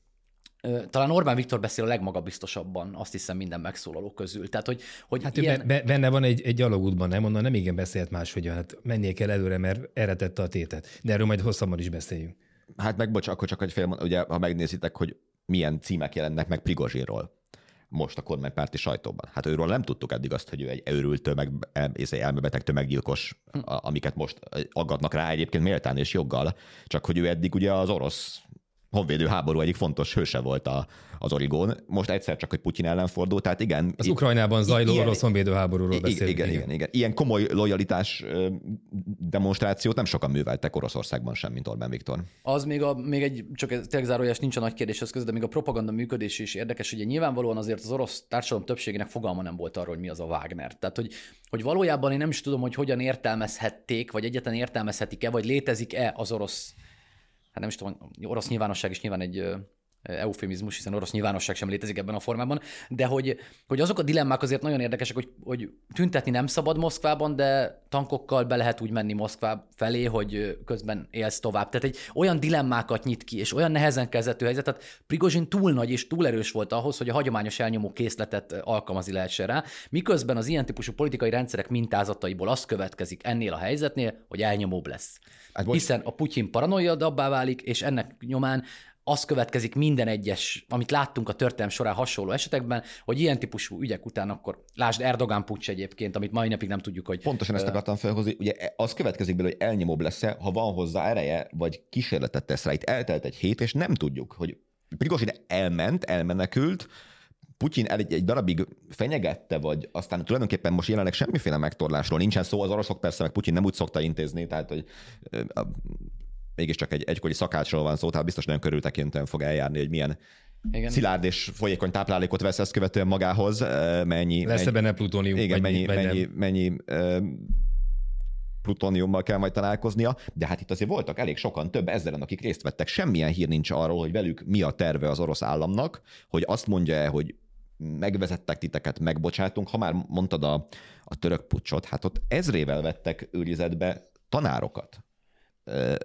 ö, talán Orbán Viktor beszél a legmagabiztosabban, azt hiszem minden megszólaló közül. Tehát, hogy, hogy hát ilyen... ő be, benne van egy, egy gyalogútban, nem? Onnan nem igen beszélt máshogyan, hát mennie kell előre, mert erre tette a tétet. De erről majd hosszabban is beszéljünk. Hát meg bocs, akkor csak egy fél, ugye, ha megnézitek, hogy milyen címek jelennek meg Prigozsinról most a kormánypárti sajtóban. Hát őről nem tudtuk eddig azt, hogy ő egy őrült tömeg, elmebeteg tömeggyilkos, amiket most aggatnak rá egyébként méltán és joggal, csak hogy ő eddig ugye az orosz honvédő háború egyik fontos hőse volt a, az Origón. Most egyszer csak, hogy Putyin ellen fordult, tehát igen. Az Ukrajnában zajló ilyen, orosz honvédő háborúról beszélünk. Igen, igen, igen, igen. Ilyen komoly lojalitás demonstrációt nem sokan műveltek Oroszországban sem, mint Orbán Viktor. Az még, a, még egy, csak tényleg zárójás, nincs a nagy kérdéshez között, de még a propaganda működés is érdekes, ugye nyilvánvalóan azért az orosz társadalom többségének fogalma nem volt arról, hogy mi az a Wagner. Tehát, hogy, hogy valójában én nem is tudom, hogy hogyan értelmezhették, vagy egyáltalán értelmezhetik-e, vagy létezik-e az orosz, hát nem is tudom, orosz nyilvánosság is nyilván egy eufemizmus, hiszen orosz nyilvánosság sem létezik ebben a formában, de hogy, hogy azok a dilemmák azért nagyon érdekesek, hogy, hogy tüntetni nem szabad Moszkvában, de tankokkal be lehet úgy menni Moszkvá felé, hogy közben élsz tovább. Tehát egy olyan dilemmákat nyit ki, és olyan nehezen kezelhető helyzet, tehát Prigozsin túl nagy és túl erős volt ahhoz, hogy a hagyományos elnyomó készletet alkalmazni lehessen rá, miközben az ilyen típusú politikai rendszerek mintázataiból az következik ennél a helyzetnél, hogy elnyomóbb lesz. Hát hiszen a Putyin paranoiadabbá válik, és ennek nyomán az következik minden egyes, amit láttunk a történelem során hasonló esetekben, hogy ilyen típusú ügyek után akkor, lásd Erdogán puccs egyébként, amit mai napig nem tudjuk, hogy... Pontosan ezt akartam felhozni, ugye az következik belőle, hogy elnyomóbb lesz-e, ha van hozzá ereje, vagy kísérletet tesz rá. Itt eltelt egy hét, és nem tudjuk, hogy Prigozsin elment, elmenekült, Putyin egy, egy darabig fenyegette, vagy aztán tulajdonképpen most jelenleg semmiféle megtorlásról nincsen szó, az oroszok persze, meg Putyin nem úgy szokta intézni, tehát hogy mégiscsak egy egykori szakácsról van szó, tehát biztos nagyon körültekintően fog eljárni, hogy milyen igen. szilárd és folyékony táplálékot vesz ezt követően magához, mennyi... Lesz-e benne plutónium? Igen, mennyi, mennyi, mennyi, mennyi uh, plutóniummal kell majd találkoznia, de hát itt azért voltak elég sokan, több ezeren, akik részt vettek. Semmilyen hír nincs arról, hogy velük mi a terve az orosz államnak, hogy azt mondja-e, hogy megvezettek titeket, megbocsátunk. Ha már mondtad a, a török puccsot, hát ott ezrével vettek őrizetbe tanárokat. E,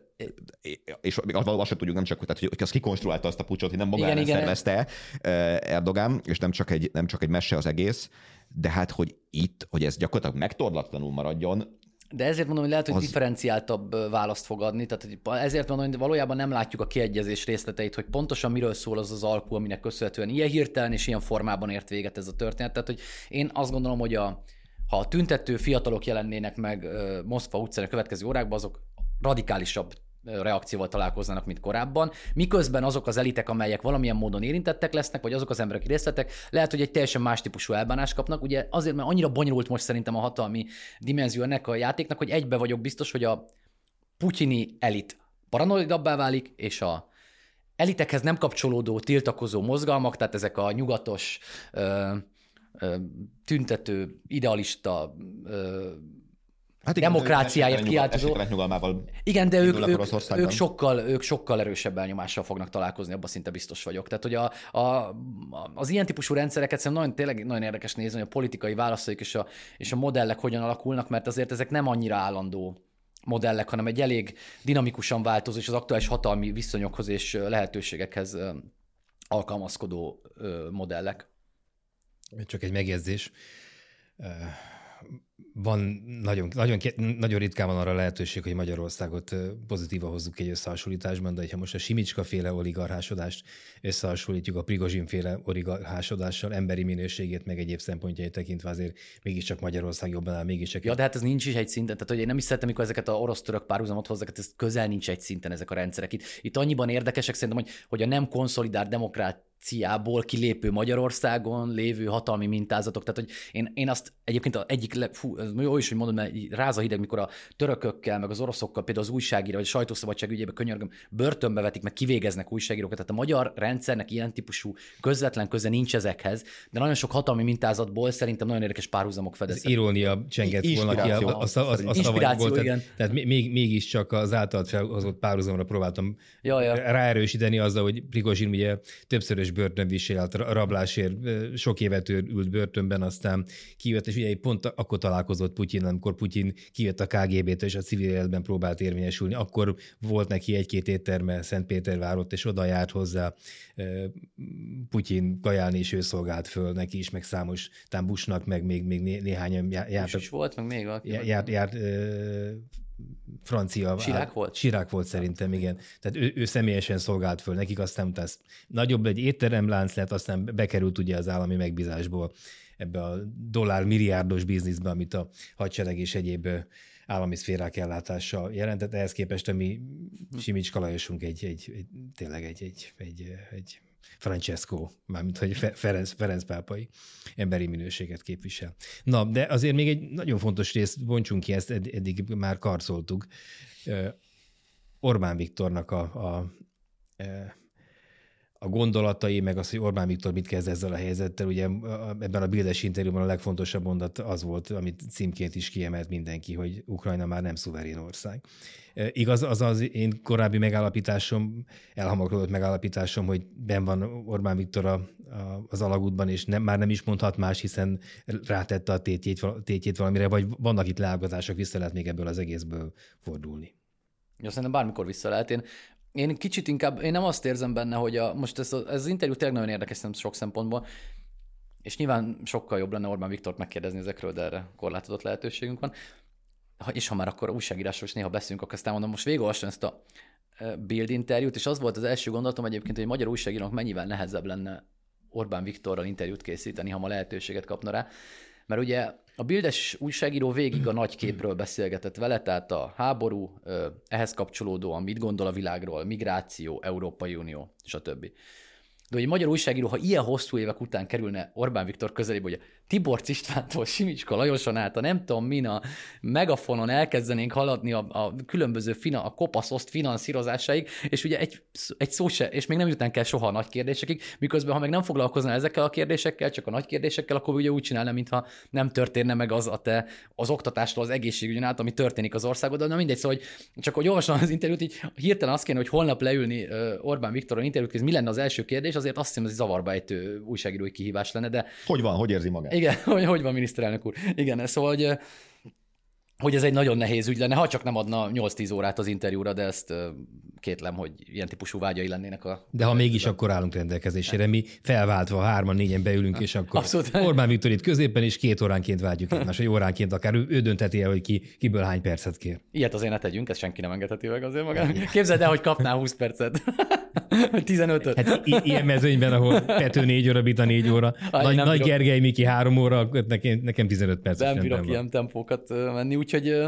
és azt sem tudjuk, nem csak, tehát, hogy az kikonstruálta azt a puccsot, hogy nem magára szervezte Erdogán, és nem csak, egy, nem csak egy mese az egész, de hát, hogy itt, hogy ez gyakorlatilag megtorlatlanul maradjon. De ezért mondom, hogy lehet, hogy az... differenciáltabb választ fog adni, tehát ezért mondom, hogy valójában nem látjuk a kiegyezés részleteit, hogy pontosan miről szól az az alkú, aminek köszönhetően ilyen hirtelen és ilyen formában ért véget ez a történet. Tehát, hogy én azt gondolom, hogy a, ha a tüntető fiatalok jelennének meg Moszkva utcán a következő órákban, azok radikálisabb reakcióval találkoznának, mint korábban, miközben azok az elitek, amelyek valamilyen módon érintettek lesznek, vagy azok az emberek, akik részt vettek, lehet, hogy egy teljesen más típusú elbánást kapnak. Ugye azért, mert annyira bonyolult most szerintem a hatalmi dimenzió ennek a játéknak, hogy egybe vagyok biztos, hogy a putyini elit paranoidabbá válik, és a elitekhez nem kapcsolódó, tiltakozó mozgalmak, tehát ezek a nyugatos, ö, ö, tüntető, idealista, ö, hát igen, demokráciáért kiáltozó. Igen, de ők, ők, ők, sokkal, ők sokkal erősebb elnyomással fognak találkozni, abban szinte biztos vagyok. Tehát, hogy a, a, az ilyen típusú rendszereket szerintem nagyon, tényleg nagyon érdekes nézni, hogy a politikai válaszaik és a, és a modellek hogyan alakulnak, mert azért ezek nem annyira állandó modellek, hanem egy elég dinamikusan változó és az aktuális hatalmi viszonyokhoz és lehetőségekhez alkalmazkodó modellek. Csak egy megjegyzés. van nagyon, nagyon, nagyon ritkán van arra lehetőség, hogy Magyarországot pozitívan hozzuk egy összehasonlításban, de ha most a Simicska féle oligarchásodást összehasonlítjuk a Prigozsin féle oligarchásodással, emberi minőségét, meg egyéb szempontjait tekintve azért mégiscsak Magyarország jobban áll, mégiscsak. Ja, de hát ez nincs is egy szinten, tehát hogy én nem is szeretem, amikor ezeket a orosz-török párhuzamot hozzák, hát ez közel nincs egy szinten ezek a rendszerek. Itt, itt annyiban érdekesek szerintem, hogy, hogy a nem konszolidált demokrát ciából kilépő Magyarországon lévő hatalmi mintázatok. Tehát, hogy én, én azt egyébként az egyik, le, fú, ez jó is, hogy mondom, mert ráz a hideg, mikor a törökökkel, meg az oroszokkal, például az újságíró, vagy a sajtószabadság ügyében könyörgöm, börtönbe vetik, meg kivégeznek újságírókat. Tehát a magyar rendszernek ilyen típusú közvetlen köze nincs ezekhez, de nagyon sok hatalmi mintázatból szerintem nagyon érdekes párhuzamok fedeztek. Az irónia csengett volna ki, a, a, a, a inspiráció, volt, igen. Tehát, tehát még, mégiscsak az általad felhozott párhuzamra próbáltam ja, ja. ráerősíteni azzal, hogy Prigozsin ugye többszörös börtönviselet, rablásért sok évet ült börtönben, aztán kijött, és ugye pont akkor találkozott Putyin, amikor Putyin kijött a ká gé bé-től, és a civil életben próbált érvényesülni. Akkor volt neki egy-két étterme Szentpétervárott, és oda járt hozzá Putyin kajálni, és ő szolgált föl neki is, meg számos, tám Bushnak, meg még, még né- néhányan jártak. is volt, meg még valaki. Járt, járt, járt francia. Chirac volt? Chirac volt szerintem, igen. Tehát ő, ő személyesen szolgált föl nekik, aztán utána nagyobb egy étteremlánc lett, aztán bekerült ugye az állami megbízásból ebbe a dollár milliárdos bizniszbe, amit a hadsereg és egyéb állami szférák ellátása jelentett. Ehhez képest a mi Simicska Lajosunk egy, egy, egy, tényleg egy, egy, egy, egy Francesco, mármint hogy Ferenc, Ferenc pápai emberi minőséget képvisel. Na, de azért még egy nagyon fontos részt bontsunk ki, ezt eddig már karcoltuk. Orbán Viktornak a, a, a gondolatai, meg az, hogy Orbán Viktor mit kezd ezzel a helyzettel. Ugye ebben a Bildes interjúban a legfontosabb mondat az volt, amit címként is kiemelt mindenki, hogy Ukrajna már nem szuverén ország. Igaz, az az én korábbi megállapításom, elhamarkodott megállapításom, hogy benn van Orbán Viktor a, a, az alagútban, és nem, már nem is mondhat más, hiszen rátette a tétjét, tétjét valamire, vagy vannak itt leágazások, vissza lehet még ebből az egészből fordulni. Ja, szerintem bármikor vissza lehet. Én, én kicsit inkább, én nem azt érzem benne, hogy a, most ez, a, ez az interjú tényleg nagyon érdekes szerintem sok szempontból, és nyilván sokkal jobb lenne Orbán Viktort megkérdezni ezekről, de erre korlátozott lehetőségünk van. Ha, és ha már akkor újságírásról is néha beszélünk, akkor aztán mondom, most végigolvastam ezt a Bild interjút, és az volt az első gondolatom egyébként, hogy egy magyar újságírónak mennyivel nehezebb lenne Orbán Viktorral interjút készíteni, ha ma lehetőséget kapna rá. Mert ugye a Bildes újságíró végig a nagy képről beszélgetett vele, tehát a háború, ehhez kapcsolódóan mit gondol a világról, migráció, Európai Unió, stb. De hogy egy magyar újságíró, ha ilyen hosszú évek után kerülne Orbán Viktor közelébe, hogy a Tiborcs Istvántól Simicska Lajoson át, a nem tudom min, a megafonon elkezdenénk haladni a, a különböző fina, a kopaszoszt finanszírozásaig, és ugye egy, egy szó se, és még nem jutnánk el soha a nagy kérdésekig, miközben ha meg nem foglalkoznál ezekkel a kérdésekkel, csak a nagy kérdésekkel, akkor ugye úgy csinálna, mintha nem történne meg az a te, az oktatástól az egészségügyen át, ami történik az országodban. Na mindegy, szóval, hogy csak hogy olvasom az interjút, így hirtelen azt kéne, hogy holnap leülni Orbán Viktorral interjút, mi lenne az első kérdés, azért azt hiszem, hogy zavarba ejtő újságírói kihívás lenne, de... Hogy van, hogy érzi magát? Igen, hogy, hogy van, miniszterelnök úr. Igen, szóval, hogy, hogy ez egy nagyon nehéz ügy lenne, ha csak nem adna nyolc-tíz órát az interjúra, de ezt kétlem, hogy ilyen típusú vágyai lennének a... De ha mégis, akkor állunk rendelkezésére. Mi felváltva hárman, négyen beülünk, és akkor Abszolút. Orbán Viktor itt középen, és két óránként váltjuk egymást, vagy óránként akár ő, ő dönteti el, hogy ki, kiből hány percet kér. Ilyet azért ne tegyünk, ezt senki nem engedheti meg azért magának. Képzeld el, hogy kapnál húsz percet. tizenötöt. Hát i- ilyen mezőnyben, ahol Pető négy óra, Bita négy óra, Aj, Nagy, Nagy bírok. Gergely Miki három óra, nekem, nekem tizenöt perc. Nem bírok ilyen tempókat menni, úgyhogy...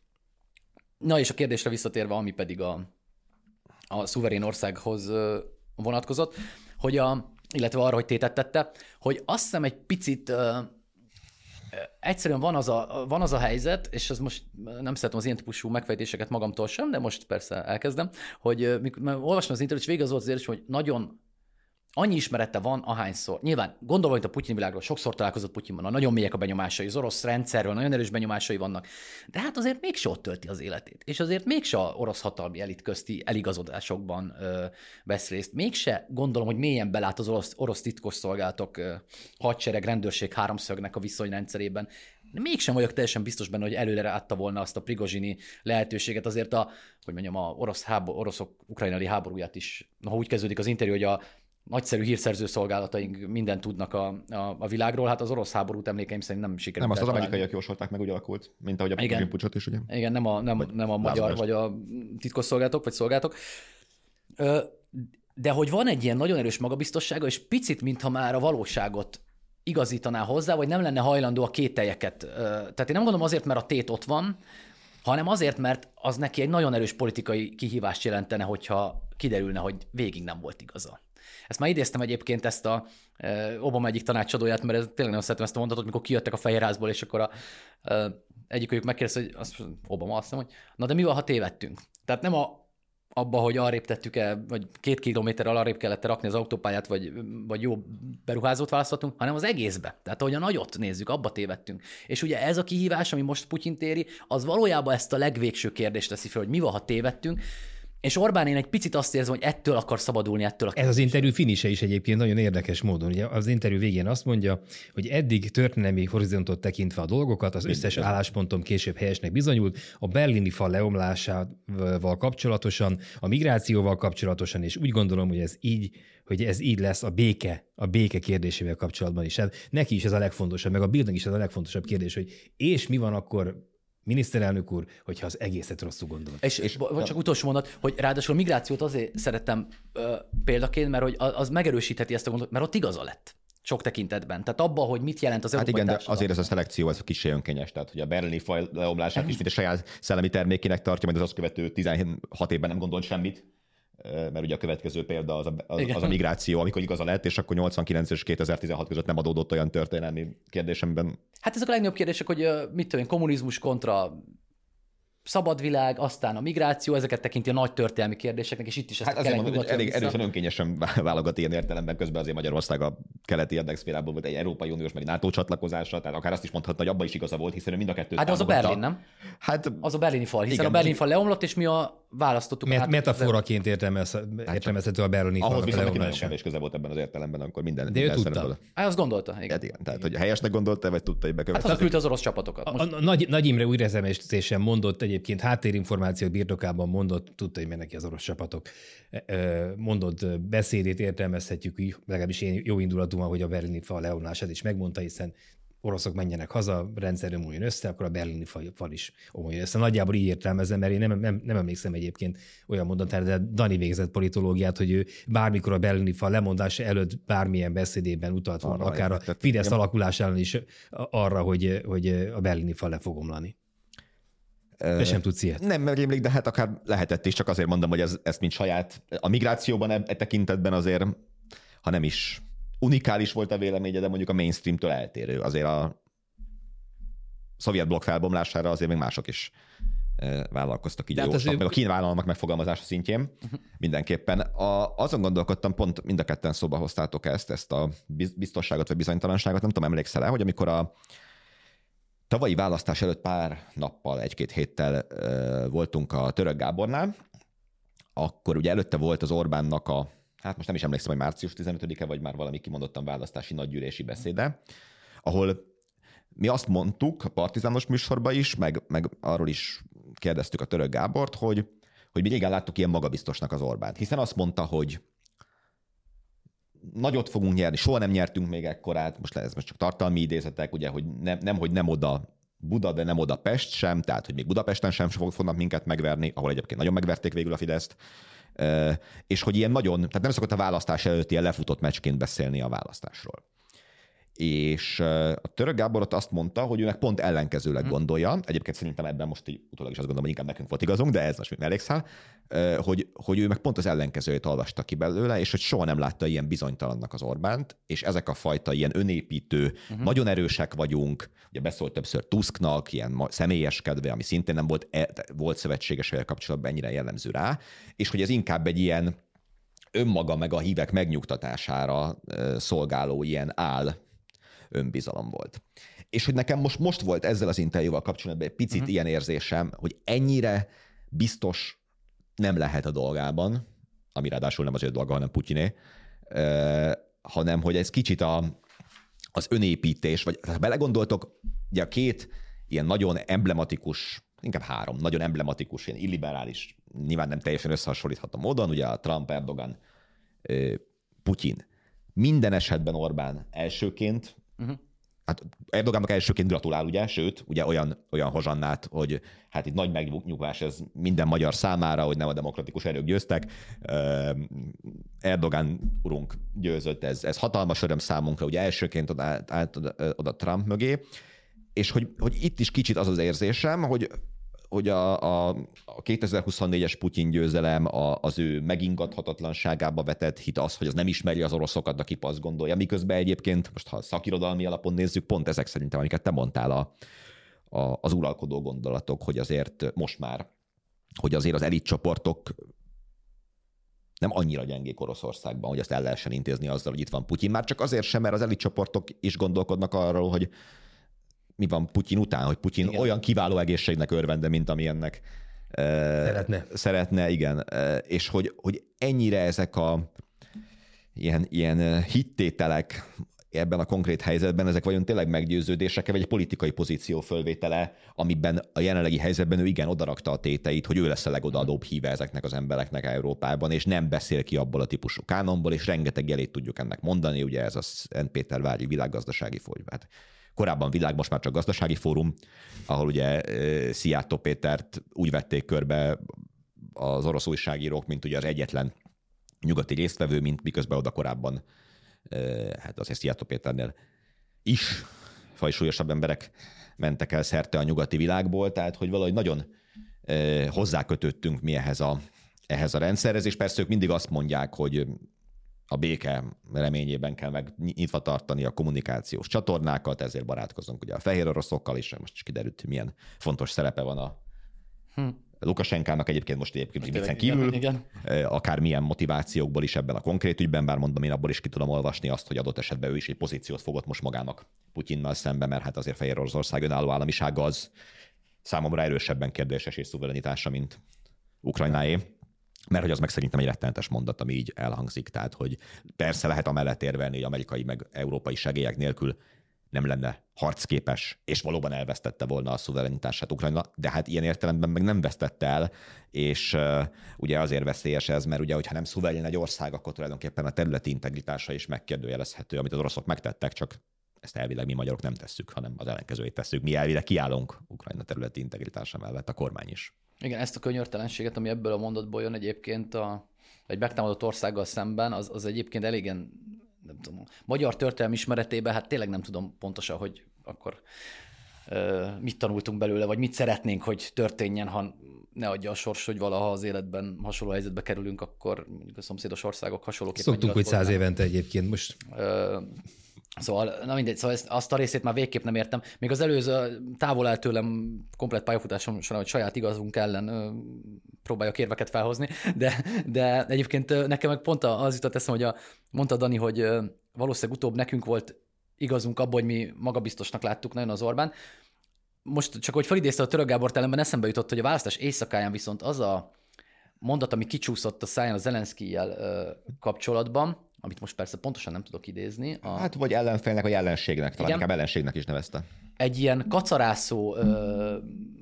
Na és a kérdésre visszatérve, ami pedig a, a szuverén országhoz vonatkozott, hogy a, illetve arra, hogy tétet tette, hogy azt hiszem egy picit egyszerűen van az, a, van az a helyzet, és ez most nem szeretem az ilyen típusú megfejtéseket magamtól sem, de most persze elkezdem, hogy mikor olvastam az interjút, és végig az volt az érzés, hogy nagyon annyi ismerete van, ahányszor. Nyilván gondolom, hogy a Putyin világról sokszor találkozott Putyinban, nagyon mélyek a benyomásai, az orosz rendszerről nagyon erős benyomásai vannak, de hát azért mégse ott tölti az életét. És azért mégse a orosz hatalmi elit közti eligazodásokban ö, vesz részt. Mégse gondolom, hogy mélyen belát az orosz, orosz titkosszolgálatok, ö, hadsereg, rendőrség háromszögnek a viszonyrendszerében. De mégsem vagyok teljesen biztos benne, hogy előre látta volna azt a prigozsini lehetőséget. Azért a, hogy mondjam, a orosz háború, oroszok ukrajnai háborúját is, ha úgy kezdődik az interjú, hogy a nagyszerű hírszerző szolgálataink mindent tudnak a, a, a világról, hát az orosz háborút emlékeim szerint nem sikerült. Nem, azt az amerikaiak jósolták meg, úgy alakult, mint ahogy a igen. pucsot is, ugye? Igen, nem a, nem, nem a magyar lázadás. vagy a titkosszolgálatok, vagy szolgálatok. Ö, de hogy van egy ilyen nagyon erős magabiztossága, és picit, mintha már a valóságot igazítaná hozzá, vagy nem lenne hajlandó a kételyeket. Ö, tehát én nem gondolom azért, mert a tét ott van, hanem azért, mert az neki egy nagyon erős politikai kihívást jelentene, hogyha kiderülne, hogy végig nem volt igaza. Ezt már idéztem egyébként ezt a Obama egyik tanácsadóját, mert ez, tényleg nagyon szeretem ezt a mondatot, mikor kijöttek a Fehérházból, és akkor a, a, egyikőjük megkérdezte, hogy azt, Obama azt mondja, hogy na de mi van, ha tévedtünk? Tehát nem a, abba, hogy arrébb tettük el, vagy két kilométer alarrébb kellett rakni az autópályát, vagy, vagy jó beruházót választottunk, hanem az egészbe. Tehát ahogy a nagyot nézzük, abba tévedtünk. És ugye ez a kihívás, ami most Putyin téri, az valójában ezt a legvégső kérdést teszi fel, hogy mi van, ha tévedtünk. És Orbán én egy picit azt érzem, hogy ettől akar szabadulni, ettől a Ez az interjú finise is egyébként nagyon érdekes módon. Ugye az interjú végén azt mondja, hogy eddig történelmi horizontot tekintve a dolgokat, az összes álláspontom később helyesnek bizonyult, a berlini fal leomlásával kapcsolatosan, a migrációval kapcsolatosan, és úgy gondolom, hogy ez így, hogy ez így lesz a béke, a béke kérdésével kapcsolatban is. Hát neki is ez a legfontosabb, meg a Bildnek is ez a legfontosabb kérdés, hogy és mi van akkor, miniszterelnök úr, hogyha az egészet rosszul gondolod. És, és bo- csak utolsó mondat, hogy ráadásul a migrációt azért szerettem ö, példaként, mert hogy az megerősítheti ezt a gondot, mert ott igaza lett sok tekintetben. Tehát abba, hogy mit jelent az hát európai igen, de társadalom. azért ez a szelekció az kicsi önkényes, tehát hogy a berlini fal leomlását is, mint a saját szellemi termékének tartja, majd az azt követő tizenhat évben nem gondolt semmit, mert ugye a következő példa az a, az, az a migráció, amikor igaza lett, és akkor nyolcvankilenc és kétezer-tizenhat között nem adódott olyan történelmi kérdésemben. Hát ezek a legnagyobb kérdések, hogy mit tudom én, kommunizmus kontra szabad világ, aztán a migráció, ezeket tekinti a nagy történelmi kérdéseknek, és itt is ezt Hát azért mondom, hogy elég erősen önkényesen válogat ilyen értelemben, közben azért Magyarország a keleti érdekszférában volt egy Európai Uniós, meg NATO csatlakozása, tehát akár azt is mondhatna, hogy abban is igaza volt, hiszen ő mind a kettőt Hát az a Berlin, nem? Hát az a berlini fal, hiszen igen, a berlini fal leomlott, és mi a választottuk. Met- hát, metaforaként értelmezhető a berlini fal. ahhoz viszont neki nagyon kevés köze volt ebben az értelemben, akkor minden. De ő tudta. Hát azt gondolta, igen. Hát igen, tehát hogy helyesnek gondolta, vagy tudta, hogy bekövetkezik. Hát hazaküldte az orosz csapatokat. Most... A, a, Nagy, Nagy Imre újraesemlékezésen mondott, egyébként háttérinformációk birtokában mondott, tudta, hogy mennek ki az orosz csapatok, mondott beszédét értelmezhetjük, legalábbis én jó indulatúan, hogy a berlini fal leomlását is megmondta, hiszen oroszok menjenek haza, rendszer omoljon össze, akkor a berlini fal is omoljon össze. Nagyjából így értelmezem, mert én nem, nem, nem emlékszem egyébként olyan mondatára, de Dani végzett politológiát, hogy ő bármikor a berlini fal lemondása előtt bármilyen beszédében utalt volna, arra akár a Fidesz alakulás ellen is arra, hogy, hogy a berlini fal le fog omlani. De sem tudsz ilyet. Nem rémlik, de hát akár lehetett is, csak azért mondom, hogy ez, ezt mint saját. A migrációban e, e tekintetben azért, ha nem is unikális volt a véleménye, de mondjuk a mainstreamtől eltérő. Azért a szovjet blokk felbomlására azért még mások is vállalkoztak így jósan, ő... meg a kínvállalmak megfogalmazása szintjén uh-huh. mindenképpen. A, azon gondolkodtam, pont mind a ketten szóba hoztátok ezt, ezt a biztosságot vagy bizonytalanságot, nem tudom, emlékszel-e, hogy amikor a tavalyi választás előtt pár nappal, egy-két héttel uh, voltunk a Török Gábornál, akkor ugye előtte volt az Orbánnak a, hát most nem is emlékszem, hogy március tizenötödike, vagy már valami kimondottan választási nagygyűlési beszéde, ahol mi azt mondtuk a Partizános műsorban is, meg, meg arról is kérdeztük a Török Gábort, hogy, hogy mi régen láttuk ilyen magabiztosnak az Orbánt. Hiszen azt mondta, hogy nagyot fogunk nyerni, soha nem nyertünk még ekkorát, most ez most csak tartalmi idézetek, ugye, hogy nem, nem, hogy nem oda Buda, de nem oda Pest sem, tehát, hogy még Budapesten sem fognak minket megverni, ahol egyébként nagyon megverték végül a Fideszt, és hogy ilyen nagyon, tehát nem szokott a választás előtt ilyen lefutott meccsként beszélni a választásról. És a Török Gábor ott azt mondta, hogy ő meg pont ellenkezőleg hmm. gondolja, egyébként szerintem ebben most így utólag is azt gondolom, hogy inkább nekünk volt igazunk, de ez most még elégszál, hogy, hogy ő meg pont az ellenkezőjét olvasta ki belőle, és hogy soha nem látta ilyen bizonytalannak az Orbánt, és ezek a fajta ilyen önépítő, hmm. nagyon erősek vagyunk, ugye beszólt többször Tusknak, ilyen személyeskedve, ami szintén nem volt, volt szövetségesével kapcsolatban ennyire jellemző rá, és hogy ez inkább egy ilyen önmaga meg a hívek megnyugtatására szolgáló ilyen áll önbizalom volt. És hogy nekem most, most volt ezzel az interjúval kapcsolatban egy picit uh-huh. ilyen érzésem, hogy ennyire biztos nem lehet a dolgában, ami ráadásul nem az ő dolga, hanem Putyiné, uh, hanem hogy ez kicsit a, az önépítés, vagy ha belegondoltok, ugye a két ilyen nagyon emblematikus, inkább három, nagyon emblematikus, ilyen illiberális, nyilván nem teljesen összehasonlítható módon, ugye a Trump-Erdogan uh, Putyin. Minden esetben Orbán elsőként, uh-huh. hát Erdogánnak elsőként gratulál, ugye, sőt, ugye olyan, olyan hozsannát, hogy hát itt nagy megnyugvás ez minden magyar számára, hogy nem a demokratikus erők győztek. Erdogán urunk győzött, ez, ez hatalmas öröm számunkra, ugye elsőként oda, át, oda, oda Trump mögé, és hogy, hogy itt is kicsit az az érzésem, hogy hogy a, a, a kétezer-huszonnégyes Putyin győzelem, a, az ő megingathatatlanságába vetett hit az, hogy az nem ismeri az oroszokat, aki azt gondolja, miközben egyébként, most ha szakirodalmi alapon nézzük, pont ezek szerintem, amiket te mondtál, a, a, az uralkodó gondolatok, hogy azért most már, hogy azért az elitcsoportok nem annyira gyengék Oroszországban, hogy ezt el lehessen intézni azzal, hogy itt van Putyin. Már csak azért sem, mert az elitcsoportok is gondolkodnak arról, hogy mi van Putyin után, hogy Putyin igen. olyan kiváló egészségnek örvende, mint amilyennek szeretne. Uh, szeretne, igen. Uh, és hogy, hogy ennyire ezek a ilyen, ilyen hittételek ebben a konkrét helyzetben, ezek vajon tényleg meggyőződések, vagy egy politikai pozíció fölvétele, amiben a jelenlegi helyzetben ő igen odarakta a téteit, hogy ő lesz a legodaadóbb híve ezeknek az embereknek Európában, és nem beszél ki abból a típusú kánonból, és rengeteg jelét tudjuk ennek mondani, ugye ez a Szentpétervári világgazdasági fórum. Hát korábban világ, most már csak gazdasági fórum, ahol ugye Szijjártó Pétert úgy vették körbe az orosz újságírók, mint ugye az egyetlen nyugati résztvevő, mint miközben oda korábban, hát azért Szijjártó Péternél is fajsúlyosabb emberek mentek el szerte a nyugati világból, tehát hogy valahogy nagyon hozzákötöttünk mi ehhez a, ehhez a rendszerhez, és persze ők mindig azt mondják, hogy a béke reményében kell meg nyitva tartani a kommunikációs csatornákat, ezért barátkozunk ugye a fehér oroszokkal, és most is kiderült, hogy milyen fontos szerepe van a hm. Lukasenkának egyébként most egyébként viccen kívül, igen, igen. akár milyen motivációkból is ebben a konkrét ügyben, bár mondom, én abból is ki tudom olvasni azt, hogy adott esetben ő is egy pozíciót fogott most magának Putyinnal szemben, mert hát azért Fehér Oroszország önálló államisága az számomra erősebben kérdéses és szuverenitása, mint Ukrajnáé. Mert hogy az meg szerintem egy rettenetes mondat, ami így elhangzik, tehát hogy persze lehet amellett érvelni, hogy amerikai meg európai segélyek nélkül nem lenne harcképes, és valóban elvesztette volna a szuverenitását Ukrajna, de hát ilyen értelemben meg nem vesztette el, és uh, ugye azért veszélyes ez, mert ugye, hogyha nem szuverén egy ország, akkor tulajdonképpen a területi integritása is megkérdőjelezhető, amit az oroszok megtettek, csak ezt elvileg mi magyarok nem tesszük, hanem az ellenkezőjét tesszük. Mi elvileg kiállunk Ukrajna területi integritása mellett, a kormány is. Igen, ezt a könyörtelenséget, ami ebből a mondatból jön egyébként a, egy megtámadott országgal szemben, az, az egyébként elégen, nem tudom, magyar történelmi ismeretében, hát tényleg nem tudom pontosan, hogy akkor ö, mit tanultunk belőle, vagy mit szeretnénk, hogy történjen, ha ne adja a sors, hogy valaha az életben hasonló helyzetbe kerülünk, akkor mondjuk a szomszédos országok hasonlóképpen szoktunk, hogy száz évente egyébként most. Ö, Szóval, na mindegy, szóval ezt, azt a részét már végképp nem értem. Még az előző távol áll tőlem komplett pályafutásom során, hogy saját igazunk ellen ö, próbáljak érveket felhozni, de, de egyébként ö, nekem meg pont az jutott eszem, hogy a, mondta Dani, hogy ö, valószínűleg utóbb nekünk volt igazunk abban, hogy mi magabiztosnak láttuk nagyon az Orbán. Most csak, hogy felidézte a Török Gábort, ellenben eszembe jutott, hogy a választás éjszakáján viszont az a mondat, ami kicsúszott a száján a Zelenszkijjel ö, kapcsolatban, amit most persze pontosan nem tudok idézni. A... Hát vagy ellenfélnek, vagy ellenségnek, talán inkább ellenségnek is nevezte. Egy ilyen kacarászó ö,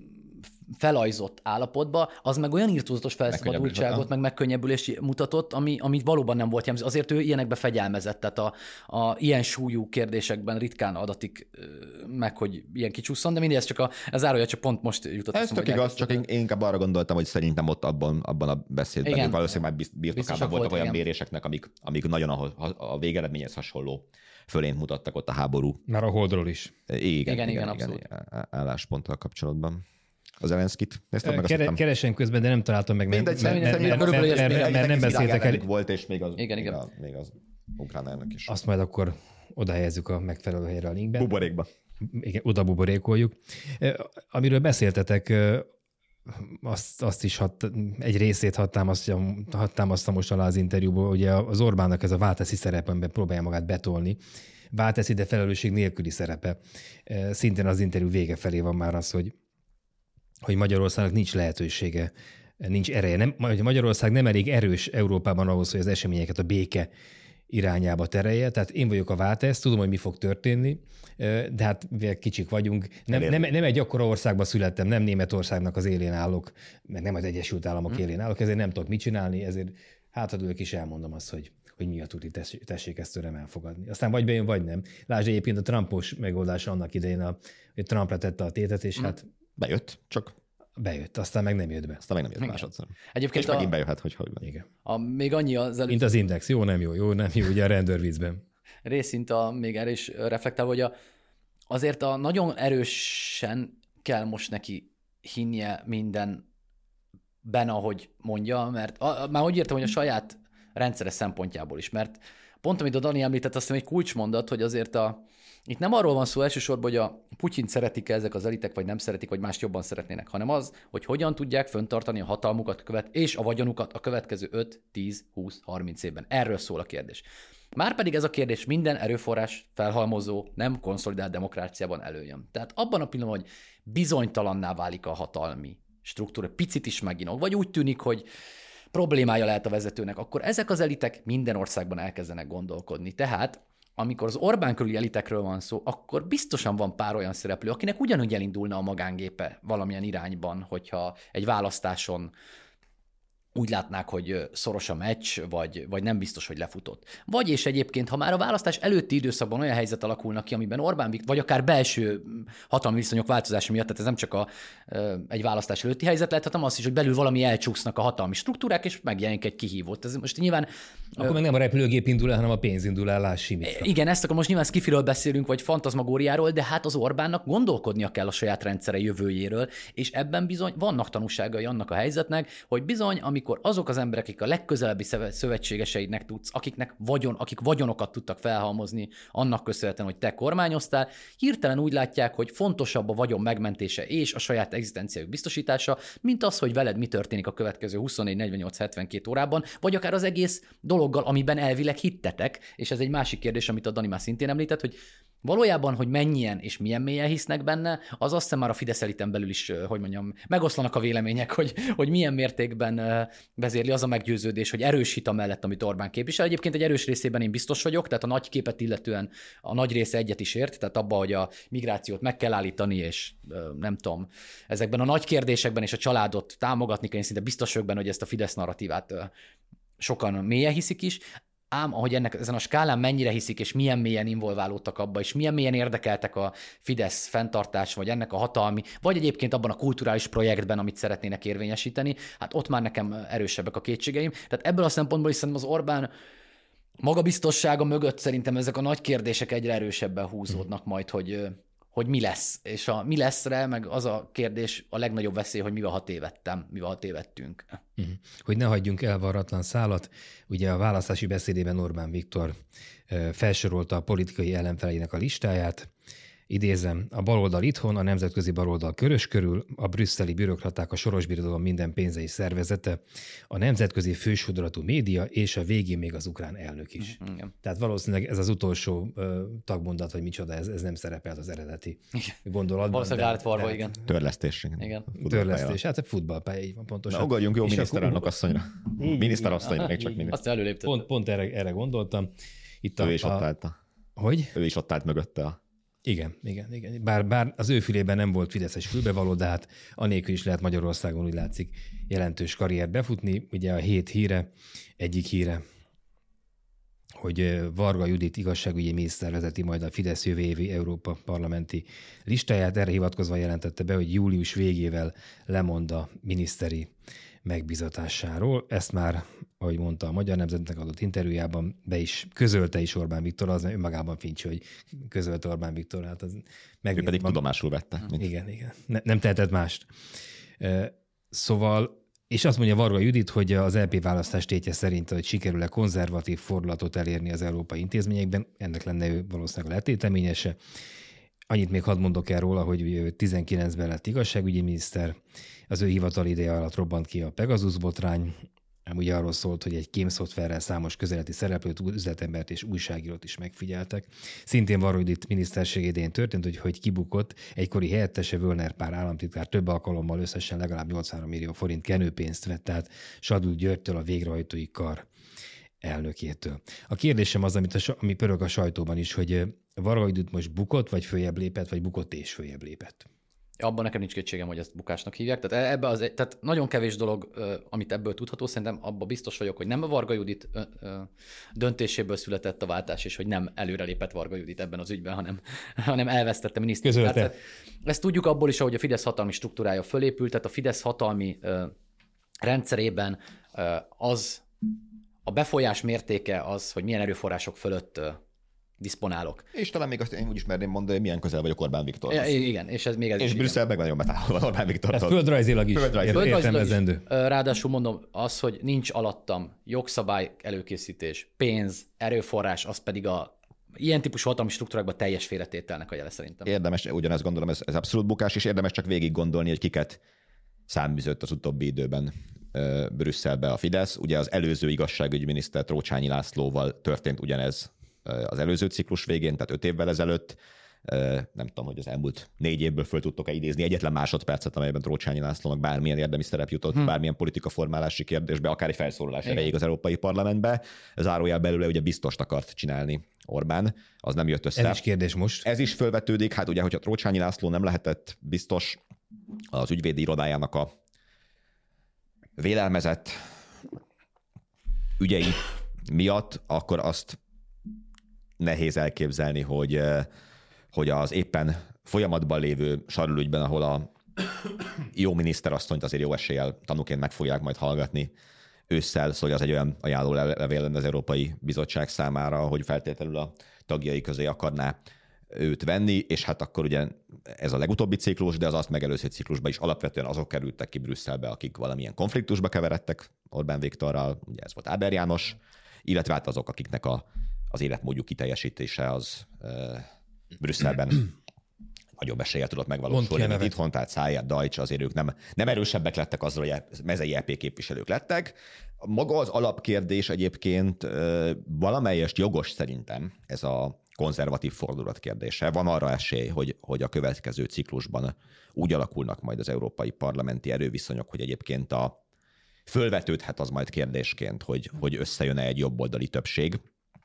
felajzott állapotba, az meg olyan irtózatos felszabadultságot, meg megkönnyebbülést mutatott, ami, ami valóban nem volt jellemző. Azért ő ilyenekbe fegyelmezett, tehát a, a ilyen súlyú kérdésekben ritkán adatik meg, hogy ilyen kicsúszson, de mindig ez csak a, az zárója csak pont most jutott. Ez tök igaz, csak én, én inkább arra gondoltam, hogy szerintem ott abban, abban a beszédben, igen, valószínűleg már birtokában voltak volt, olyan igen. méréseknek, amik, amik nagyon a, a végeredményhez hasonló fölényt mutattak ott a háború. Már a Holdról is. Igen, igen, igen, igen abszolút. Igen, állásponttal kapcsolatban. Az Zelenszkit néztem meg, Kere, keresem közben, de nem találtam meg, mert, Mindegy, mert, mert, mert, mert, mert, mert, mert nem beszéltek el. Volt, és még az, igen, igen. A, még az ukrán elnök is. Azt majd akkor oda helyezzük a megfelelő helyre a linkben. Buborékba. Igen, oda buborékoljuk. Amiről beszéltetek, azt, azt is hat, egy részét hadd támasztam most alá az interjúból, ugye az Orbánnak ez a válteszi szerep, amiben próbálja magát betolni. Válteszi, de felelősség nélküli szerepe. Szintén az interjú vége felé van már az, hogy hogy Magyarországnak nincs lehetősége, nincs ereje. Nem, Magyarország nem elég erős Európában ahhoz, hogy az eseményeket a béke irányába terelje. Tehát én vagyok a váltesz, tudom, hogy mi fog történni, de hát kicsik vagyunk. Nem, nem, nem egy akkora országban születtem, nem Németországnak az élén állok, meg nem az Egyesült Államok hmm. élén állok, ezért nem tudok mit csinálni, ezért hátradőlök is elmondom azt, hogy hogy mi a tuti, tessék ezt tőlem elfogadni. Aztán vagy bejön, vagy nem. Lásd egyébként a Trumpos megoldás annak idején, a, hogy Trumpra tette a tétet, és hát bejött, csak bejött, aztán meg nem jött be. Aztán meg nem jött másodszor. Egyébként és a... megint bejöhet, hogy hogy van. Igen. A, még annyi az előtt... Mint az Index. Jó, nem jó, jó, nem jó, ugye a rendőrvízben. Részint a, még erre is reflektálva, hogy a, azért a nagyon erősen kell most neki hinnie mindenben, ahogy mondja, mert a, már úgy értem, hogy a saját rendszere szempontjából is, mert pont amit a Dani említett, azt hiszem egy kulcsmondat, hogy azért a, itt nem arról van szó elsősorban, hogy a Putyint szeretik ezek az elitek, vagy nem szeretik, vagy mást jobban szeretnének, hanem az, hogy hogyan tudják fenntartani a hatalmukat követ, és a vagyonukat a következő öt, tíz, húsz, harminc évben. Erről szól a kérdés. Márpedig ez a kérdés minden erőforrás felhalmozó, nem konszolidált demokráciában előjön. Tehát abban a pillanatban, hogy bizonytalanná válik a hatalmi struktúra, picit is meginog, vagy úgy tűnik, hogy problémája lehet a vezetőnek, akkor ezek az elitek minden országban elkezdenek gondolkodni. Tehát amikor az Orbán körüli elitekről van szó, akkor biztosan van pár olyan szereplő, akinek ugyanúgy elindulna a magángépe valamilyen irányban, hogyha egy választáson úgy látnák, hogy szoros a meccs, vagy, vagy nem biztos, hogy lefutott. Vagy és egyébként, ha már a választás előtti időszakban olyan helyzet alakulnak ki, amiben Orbán Viktor, vagy akár belső hatalmi viszonyok változása miatt, tehát ez nem csak a, egy választás előtti helyzet lehet, hanem az is, hogy belül valami elcsúsznak a hatalmi struktúrák, és megjelenik egy kihívót. Ez most nyilván... Akkor meg nem a repülőgép indul el, hanem a pénz indul el, láss Simicska. Igen, ezt akkor most nyilván skifiről beszélünk, vagy fantazmagóriáról, de hát az Orbánnak gondolkodnia kell a saját rendszere jövőjéről, és ebben bizony vannak tanúságai annak a helyzetnek, hogy bizony, amikor azok az emberek, akik a legközelebbi szövetségeseidnek tudsz, akiknek vagyon, akik vagyonokat tudtak felhalmozni annak köszönhetően, hogy te kormányoztál, hirtelen úgy látják, hogy fontosabb a vagyon megmentése és a saját egzisztenciájuk biztosítása, mint az, hogy veled mi történik a következő huszonnégy, negyvennyolc, hetvenkét órában, vagy akár az egész dologgal, amiben elvileg hittetek, és ez egy másik kérdés, amit a Dani már szintén említett, hogy valójában, hogy mennyien és milyen mélyen hisznek benne, az azt hiszem már a Fidesz eliten belül is, hogy mondjam, megoszlanak a vélemények, hogy, hogy milyen mértékben vezérli az a meggyőződés, hogy erős hit mellett, amit Orbán képvisel. Egyébként egy erős részében én biztos vagyok, tehát a nagy képet illetően a nagy része egyet is ért, tehát abba, hogy a migrációt meg kell állítani, és nem tudom, ezekben a nagy kérdésekben és a családot támogatni kell, én szinte biztos vagyok benne, hogy ezt a Fidesz narratívát sokan mélyen hiszik is. Ám ahogy ennek ezen a skálán mennyire hiszik, és milyen mélyen involválódtak abba, és milyen mélyen érdekeltek a Fidesz fenntartás, vagy ennek a hatalmi, vagy egyébként abban a kulturális projektben, amit szeretnének érvényesíteni, hát ott már nekem erősebbek a kétségeim. Tehát ebből a szempontból is szerintem az Orbán magabiztossága mögött szerintem ezek a nagy kérdések egyre erősebben húzódnak majd, hogy, hogy mi lesz. És a mi leszre, meg az a kérdés, a legnagyobb veszély, hogy mivel ha tévedtem, mivel ha tévedtünk. Uh-huh. Hogy ne hagyjunk elvarratlan szálat, ugye a választási beszédében Orbán Viktor felsorolta a politikai ellenfeleinek a listáját, idézem, a baloldal itthon, a nemzetközi baloldal körös körül, a brüsszeli bürokraták, a soros birodalom minden pénzei szervezete, a nemzetközi fősodratú média, és a végén még az ukrán elnök is. Igen. Tehát valószínűleg ez az utolsó uh, tagmondat, vagy micsoda, ez, ez nem szerepelt az eredeti gondolatban. Valószínűleg átvarva, igen. Törlesztés. Igen. Törlesztés, hát a futballpálya, így van pontosan. Na, ugorjunk jó miniszterelnök asszonyra. Miniszterasszonyra, még csak miniszter. Azt előlépted. Pont, pont erre, erre gondoltam. Itt ő a, is ott állt. A... Hogy? Ő is ott állt mögötte a Igen, igen, igen. Bár, bár az ő fülében nem volt fideszes fülbevaló, de hát anélkül is lehet Magyarországon, úgy látszik, jelentős karriert befutni. Ugye a hét híre, egyik híre, hogy Varga Judit igazságügyi miniszter vezeti majd a Fidesz jövő évi Európa parlamenti listáját. Erre hivatkozva jelentette be, hogy július végével lemond a miniszteri megbizatásáról. Ezt már, ahogy mondta, a Magyar Nemzetnek adott interjújában be is közölte is Orbán Viktor, az önmagában fincs, hogy közölte Orbán Viktor. Hát az ő pedig ma... tudomásul vette. Mint... Igen, igen. Ne, nem tehetett mást. Szóval, és azt mondja Varga Judit, hogy az é pé választás tétje szerint, hogy sikerül-e konzervatív fordulatot elérni az európai intézményekben, ennek lenne ő valószínűleg a letéteményese. Annyit még hadd mondok el róla, hogy tizenkilencben lett igazságügyi miniszter, az ő hivatali ideje alatt robbant ki a Pegasus botrány, ugye arról szólt, hogy egy kémszoftverrel számos közeleti szereplőt, üzletembert és újságírót is megfigyeltek. Szintén Varga Judit miniszterség idején történt, hogy, hogy kibukott egykori helyettese Völner Pál államtitkár több alkalommal összesen legalább nyolcvanhárom millió forint kenőpénzt vett, tehát Sadul Györgytől a végrehajtói kar elnökétől. A kérdésem az, amit a, ami pörög a sajtóban is, hogy Varga Judit most bukott, vagy följebb lépett, vagy bukott és följebb lépett? Abban nekem nincs kétségem, hogy ezt bukásnak hívják. Tehát, ebbe az, tehát nagyon kevés dolog, amit ebből tudható, szerintem abban biztos vagyok, hogy nem a Varga Judit döntéséből született a váltás, és hogy nem előrelépett Varga Judit ebben az ügyben, hanem, hanem elvesztette minisztériumát. Ezt tudjuk abból is, ahogy a Fidesz hatalmi struktúrája fölépült, tehát a Fidesz hatalmi rendszerében az a befolyás mértéke az, hogy milyen erőforrások fölött diszponálok. És talán még azt én úgy is merném mondani, hogy milyen közel vagyok Orbán Viktorhoz. Ja, igen, és ez még ez És Brüsszel meg nagyon betállva Orbán Viktortól. Ez földrajzilag is Földrajzilag. értelmezendő. Ráadásul mondom, az, hogy nincs alattam jogszabály előkészítés, pénz, erőforrás, az pedig a ilyen típusú hatalmi struktúrákban teljes félretételnek a jele szerintem. Érdemes, ugyanezt gondolom, ez, ez abszolút bukás, és érdemes csak végig gondolni, hogy kiket száműzött az utóbbi időben uh, Brüsszelbe a Fidesz. Ugye az előző igazságügyminiszter Trócsányi Lászlóval történt ugyanez az előző ciklus végén, tehát öt évvel ezelőtt. Nem tudom, hogy az elmúlt négy évből föl tudtok-e idézni egyetlen másodpercet, amelyben Trócsányi Lászlónak bármilyen érdemi szerep jutott, hmm. bármilyen politikaformálási kérdésbe, akár egy felszólalás erejéig az Európai Parlamentbe. Zárójel belőle ugye biztost akart csinálni Orbán, az nem jött össze. Ez is kérdés most. Ez is fölvetődik, hát ugye, hogyha Trócsányi László nem lehetett biztos az ügyvédi irodájának a vélelmezett ügyei miatt, akkor azt nehéz elképzelni, hogy, hogy az éppen folyamatban lévő Sarlul ügyben, ahol a jó miniszterasszonyt azért jó eséllyel tanúként meg fogják majd hallgatni ősszel, szóval az egy olyan ajánló levél lenne az Európai Bizottság számára, hogy feltétlenül a tagjai közé akarná őt venni, és hát akkor ugye ez a legutóbbi ciklus, de az azt megelőző ciklusban is alapvetően azok kerültek ki Brüsszelbe, akik valamilyen konfliktusba keveredtek Orbán Viktorral, ugye ez volt Áder János, illetve hát azok, akiknek a az életmódjuk kiteljesítése az uh, Brüsszelben nagyobb eséllyel tudott megvalósulni, mint itthon, tehát Szájer, Deutsch, azért ők nem, nem erősebbek lettek azzal, hogy mezei é pé képviselők lettek. Maga az alapkérdés egyébként uh, valamelyest jogos szerintem, ez a konzervatív fordulat kérdése. Van arra esély, hogy, hogy a következő ciklusban úgy alakulnak majd az európai parlamenti erőviszonyok, hogy egyébként a fölvetődhet az majd kérdésként, hogy, hogy összejön-e egy jobboldali többség.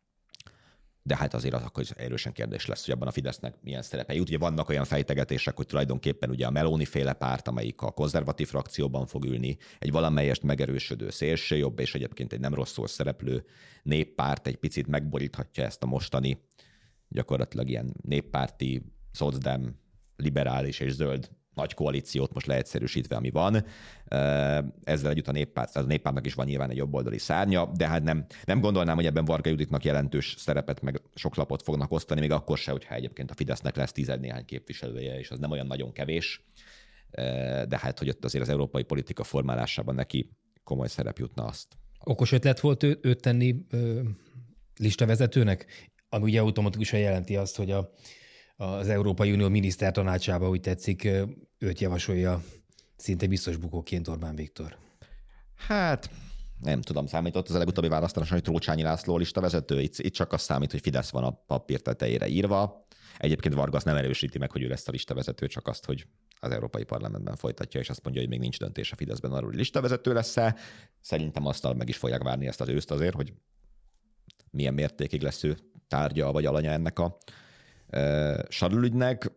De hát azért az akkor erősen kérdés lesz, hogy abban a Fidesznek milyen szerepe jut. Ugye vannak olyan fejtegetések, hogy tulajdonképpen ugye a Meloni féle párt, amelyik a konzervatív frakcióban fog ülni, egy valamelyest megerősödő szélsőjobb, és egyébként egy nem rosszul szereplő néppárt egy picit megboríthatja ezt a mostani gyakorlatilag ilyen néppárti, szocdem, liberális és zöld nagy koalíciót most leegyszerűsítve, ami van. Ezzel együtt a néppárt, a néppártnak is van nyilván egy jobboldali szárnya, de hát nem, nem gondolnám, hogy ebben Varga Juditnak jelentős szerepet, meg sok lapot fognak osztani, még akkor se, hogyha egyébként a Fidesznek lesz tizennéhány képviselője, és az nem olyan nagyon kevés, de hát, hogy ott azért az európai politika formálásában neki komoly szerep jutna, azt. Okos ötlet volt ő, őt tenni ö, listavezetőnek, ami ugye automatikusan jelenti azt, hogy a az Európai Unió minisztertanácsába, úgy tetszik, őt javasolja szinte biztos bukóként Orbán Viktor. Hát nem tudom, számított az a legutóbbi választáson, hogy Trócsányi László listavezető. Itt, itt csak az számít, hogy Fidesz van a papír tetejére írva. Egyébként Varga nem erősíti meg, hogy ő lesz a listavezető, csak azt, hogy az Európai Parlamentben folytatja, és azt mondja, hogy még nincs döntés a Fideszben arról, hogy listavezető lesz-e. Szerintem aztán meg is fogják várni ezt az őszt azért, hogy milyen mértékig lesz ő tárgya vagy alanya ennek a Sarlul ügynek.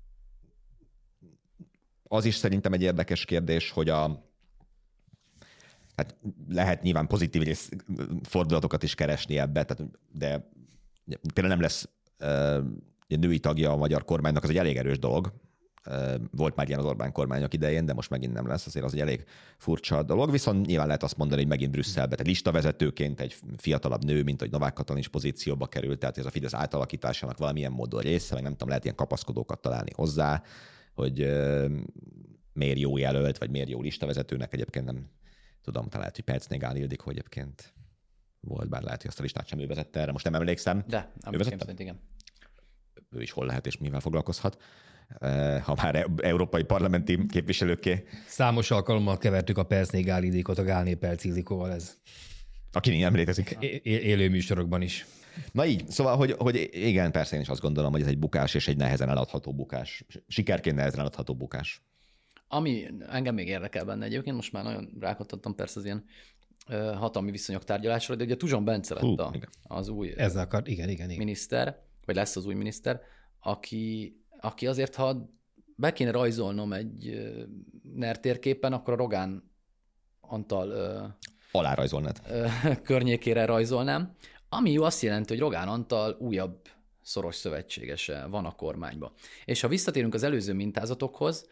Az is szerintem egy érdekes kérdés, hogy a hát lehet nyilván pozitív fordulatokat is keresni ebbe, tehát, de például nem lesz uh, női tagja a magyar kormánynak, az egy elég erős dolog. Uh, volt már ilyen az Orbán kormányok idején, de most megint nem lesz, azért az egy elég furcsa dolog. Viszont nyilván lehet azt mondani, hogy megint Brüsszelbe, tehát listavezetőként egy fiatalabb nő, mint hogy Novák Katalin is pozícióba került, tehát ez a Fidesz átalakításának valamilyen módon része, meg nem tudom, lehet ilyen kapaszkodókat találni hozzá, hogy uh, miért jó jelölt, vagy miért jó listavezetőnek. Egyébként nem tudom, talán lehet, hogy Percné Gál Ildik, hogy egyébként volt, bár lehet, hogy azt a listát sem ő vezette, erre most nem emlékszem. De, emlékszem, igen. Ő is hol lehet és mivel foglalkozhat, ha már európai parlamenti képviselőké. Számos alkalommal kevertük a Percné Gál Ildikot a Gálné Perc Ildikóval, ez. Aki nem létezik. É- élő műsorokban is. Na így, szóval, hogy, hogy igen, persze én is azt gondolom, hogy ez egy bukás, és egy nehezen eladható bukás. Sikerként nehezen eladható bukás. Ami engem még érdekel benne egyébként, most már nagyon rákattattam persze az ilyen uh, hatalmi viszonyok tárgyalásra, de ugye Tuzson Bence lett a, az új Ez akar, igen, igen, igen. miniszter, vagy lesz az új miniszter, aki, aki azért, ha be kéne rajzolnom egy NER térképen, akkor a Rogán Antal alárajzolnád. környékére rajzolnám, ami jó azt jelenti, hogy Rogán Antal újabb szoros szövetségese van a kormányba. És ha visszatérünk az előző mintázatokhoz,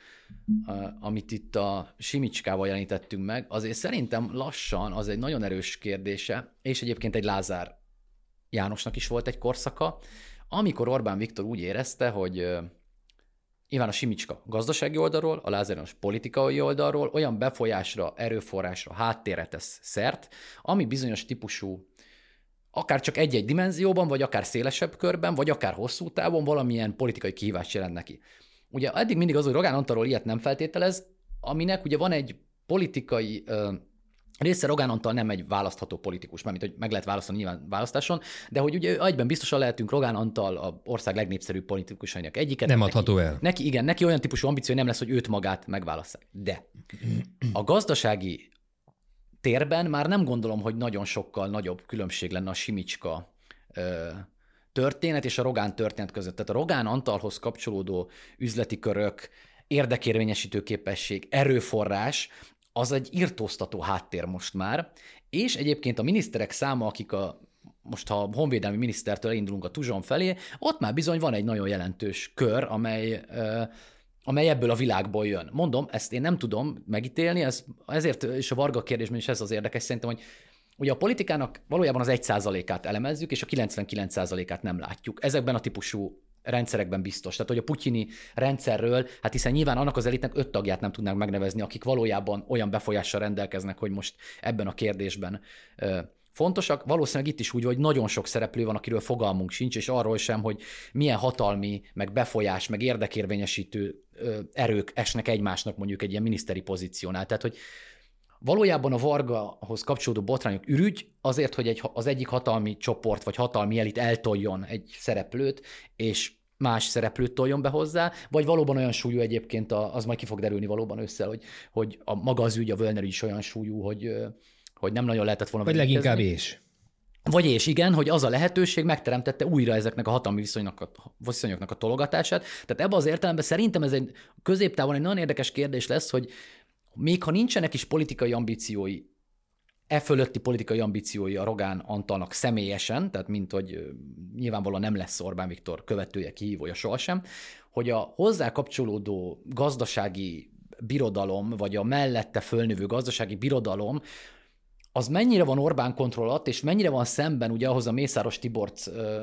amit itt a Simicskával jelenítettünk meg, azért szerintem lassan az egy nagyon erős kérdése, és egyébként egy Lázár Jánosnak is volt egy korszaka, amikor Orbán Viktor úgy érezte, hogy nyilván a Simicska gazdasági oldalról, a Lázár János politikai oldalról olyan befolyásra, erőforrásra, háttérre tesz szert, ami bizonyos típusú, akár csak egy-egy dimenzióban, vagy akár szélesebb körben, vagy akár hosszú távon valamilyen politikai kihívást jelent neki. Ugye eddig mindig az, hogy Rogán Antalról ilyet nem feltételez, aminek ugye van egy politikai ö, része, Rogán Antal nem egy választható politikus, mármint, hogy meg lehet választani nyilván választáson, de hogy ugye egyben biztosan lehetünk Rogán Antal a ország legnépszerűbb politikusainak egyiket. Nem adható el. Neki, igen, neki olyan típusú ambíció nem lesz, hogy őt magát megválasszák. De a gazdasági térben már nem gondolom, hogy nagyon sokkal nagyobb különbség lenne a Simicska ö, történet és a Rogán történet között. Tehát a Rogán Antalhoz kapcsolódó üzleti körök, érdekérvényesítő képesség, erőforrás, az egy irtóztató háttér most már, és egyébként a miniszterek száma, akik a, most ha a honvédelmi minisztertől elindulunk a Tuzson felé, ott már bizony van egy nagyon jelentős kör, amely, ö, amely ebből a világból jön. Mondom, ezt én nem tudom megítélni, ez, ezért és a Varga kérdésben is ez az érdekes szerintem, hogy ugye a politikának valójában az egy százalékát elemezzük, és a kilencvenkilenc százalékát nem látjuk. Ezekben a típusú rendszerekben biztos. Tehát, hogy a putyini rendszerről, hát hiszen nyilván annak az elitnek öt tagját nem tudnánk megnevezni, akik valójában olyan befolyással rendelkeznek, hogy most ebben a kérdésben ö, fontosak. Valószínűleg itt is úgy, hogy nagyon sok szereplő van, akiről fogalmunk sincs, és arról sem, hogy milyen hatalmi, meg befolyás, meg érdekérvényesítő ö, erők esnek egymásnak mondjuk egy ilyen miniszteri pozíciónál. Tehát, hogy valójában a Vargahoz kapcsolódó botrányok ürügy azért, hogy egy, az egyik hatalmi csoport vagy hatalmi elit eltoljon egy szereplőt, és más szereplőt toljon be hozzá, vagy valóban olyan súlyú egyébként, az majd ki fog derülni valóban össze, hogy, hogy a maga az ügy, a Völner is olyan súlyú, hogy, hogy nem nagyon lehetett volna. Vagy leginkább és. Vagy és igen, hogy az a lehetőség megteremtette újra ezeknek a hatalmi viszonyoknak a, viszonyoknak a tologatását. Tehát ebben az értelemben szerintem ez egy középtávon egy nagyon érdekes kérdés lesz, hogy még ha nincsenek is politikai ambíciói, e fölötti politikai ambíciói a Rogán Antalnak személyesen, tehát mint hogy nyilvánvalóan nem lesz Orbán Viktor követője, kihívója sohasem, hogy a hozzá kapcsolódó gazdasági birodalom, vagy a mellette fölnövő gazdasági birodalom, az mennyire van Orbán kontroll alatt, és mennyire van szemben ugye ahhoz a Mészáros Tiborc ö,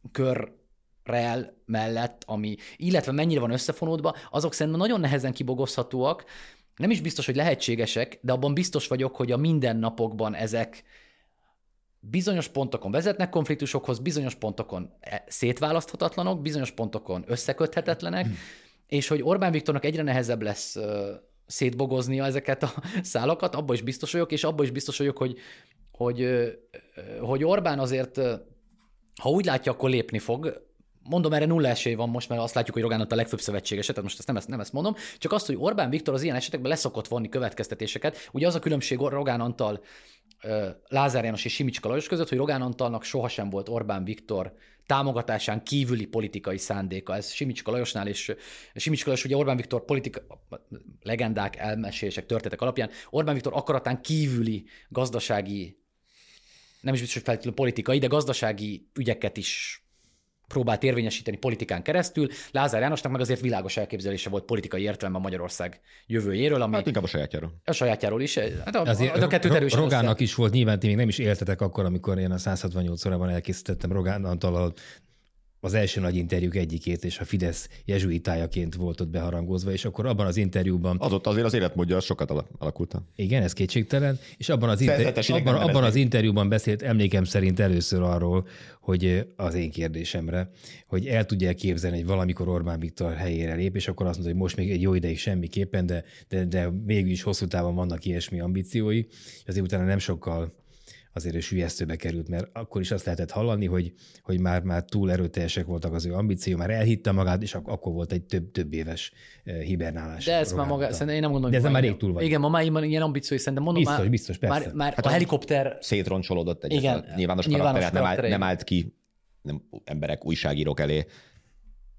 körrel mellett, ami, illetve mennyire van összefonódva, azok szerintem nagyon nehezen kibogozhatóak. Nem is biztos, hogy lehetségesek, de abban biztos vagyok, hogy a mindennapokban ezek bizonyos pontokon vezetnek konfliktusokhoz, bizonyos pontokon szétválaszthatatlanok, bizonyos pontokon összeköthetetlenek, hmm. és hogy Orbán Viktornak egyre nehezebb lesz szétbogoznia ezeket a szálakat, abban is biztos vagyok, és abban is biztos vagyok, hogy, hogy, hogy Orbán azért, ha úgy látja, akkor lépni fog. Mondom, erre nulla esély van most, mert azt látjuk, hogy Rogán Antal a legfőbb szövetséges, tehát most ezt nem, ezt nem ezt mondom, csak azt, hogy Orbán Viktor az ilyen esetekben leszokott vonni következtetéseket. Ugye az a különbség Rogán Antal, Lázár János és Simicska Lajos között, hogy Rogán Antalnak sohasem volt Orbán Viktor támogatásán kívüli politikai szándéka. Ez Simicska Lajosnál, és Simicska Lajos ugye Orbán Viktor politika, legendák, elmesélések, történetek alapján Orbán Viktor akaratán kívüli gazdasági, nem is biztos, hogy feltétlenül politikai, de gazdasági ügyeket is próbált érvényesíteni politikán keresztül. Lázár Jánosnak meg azért világos elképzelése volt politikai értelemben Magyarország jövőjéről. Ami hát inkább a sajátjáról. A sajátjáról is. Hát a, azért a, a kettőt erősen Rogának össze. is volt, nyilván ti még nem is éltetek akkor, amikor én a száz hatvannyolc órában elkészítettem Rogán Antallal az első nagy interjúk egyikét, és a Fidesz jezsuitájaként volt ott beharangozva, és akkor abban az interjúban... Azóta azért az életmódja sokat alakult. Igen, ez kétségtelen, és abban az, inter... abban, abban az interjúban beszélt emlékem szerint először arról, hogy az én kérdésemre, hogy el tudja képzelni, hogy valamikor Orbán Viktor helyére lép, és akkor azt mondta, hogy most még egy jó ideig semmiképpen, de, de, de végül is hosszú távon vannak ilyesmi ambíciói, és azért utána nem sokkal azért ő sülyeztőbe került, mert akkor is azt lehetett hallani, hogy, hogy már, már túl erőteljesek voltak az ő ambíció, már elhitte magát, és akkor volt egy több, több éves hibernálás. De ez már maga, szerintem én nem gondolom, de ez már rég túl van. Igen, ma már ilyen ambíciói, szerintem mondom, biztos, már, biztos, persze. Már, már hát a helikopter... Szétroncsolódott egy igen, nyilvános, nyilvános karakter, nem, állt, nem állt ki nem, emberek, újságírók elé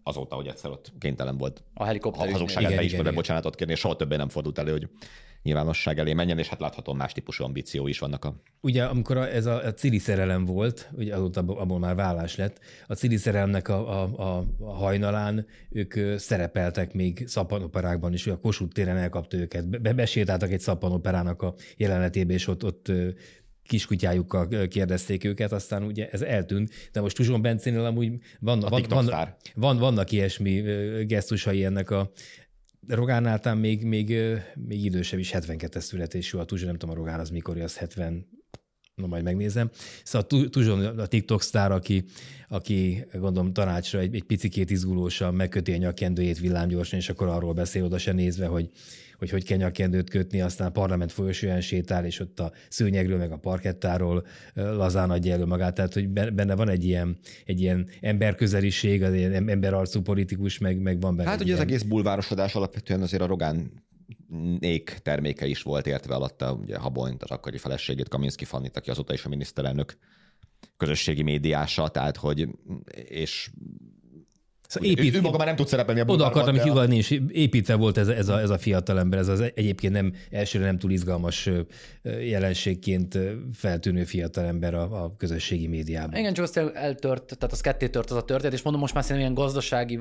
azóta, hogy egyszer ott kénytelen volt A helikopter hazugságát beismerve bocsánatot kérni, és soha többé nem fordult elő, hogy nyilvánosság elé menjen, és hát láthatóan más típusú ambíció is vannak. A... Ugye, amikor a, ez a, a cili szerelem volt, ugye azóta abból már vállás lett, a cili szerelemnek a, a, a, a hajnalán ők szerepeltek még szappanoperákban is, a Kossuth téren elkapta őket, be, besétáltak egy szappanoperának a jelenetébe, és ott, ott kiskutyájukkal kérdezték őket, aztán ugye ez eltűnt, de most Tuzson Bencénél amúgy van, van, van, van, vannak ilyesmi gesztusai ennek a Rogánáltán még, még, még idősebb is, hetvenkettes születésű a Tuzson, nem tudom a Rogán az mikor, az hetven, no majd megnézem. Szóval Tuzson a TikTok sztár, aki, aki gondolom tanácsra egy, egy picikét izgulósan megköti a nyakkendőjét villámgyorsan, és akkor arról beszél oda se nézve, hogy hogy hogy kell nyakkendőt kötni, aztán a parlament folyosóján sétál, és ott a szőnyegről, meg a parkettáról lazán adja elő magát. Tehát, hogy benne van egy ilyen, egy ilyen emberközeliség, az ilyen emberarcú politikus, meg, meg van benne. Hát ugye ilyen... az egész bulvárosodás alapvetően azért a Rogán ék terméke is volt, értve alatta ugye Habonyt, az akkori feleségét, Kaminski Fannit, aki azóta is a miniszterelnök közösségi médiása, tehát hogy, és Szóval épít, ő, ő maga már nem tud szerepelni a bulvárban. Oda akartam kiugrani, és építve volt ez, ez, a, ez a fiatalember, ez az egyébként nem, elsőre nem túl izgalmas jelenségként feltűnő fiatalember a, a közösségi médiában. Igen, csak azt eltört, tehát az ketté tört az a történet, és mondom, most már szerintem ilyen gazdasági,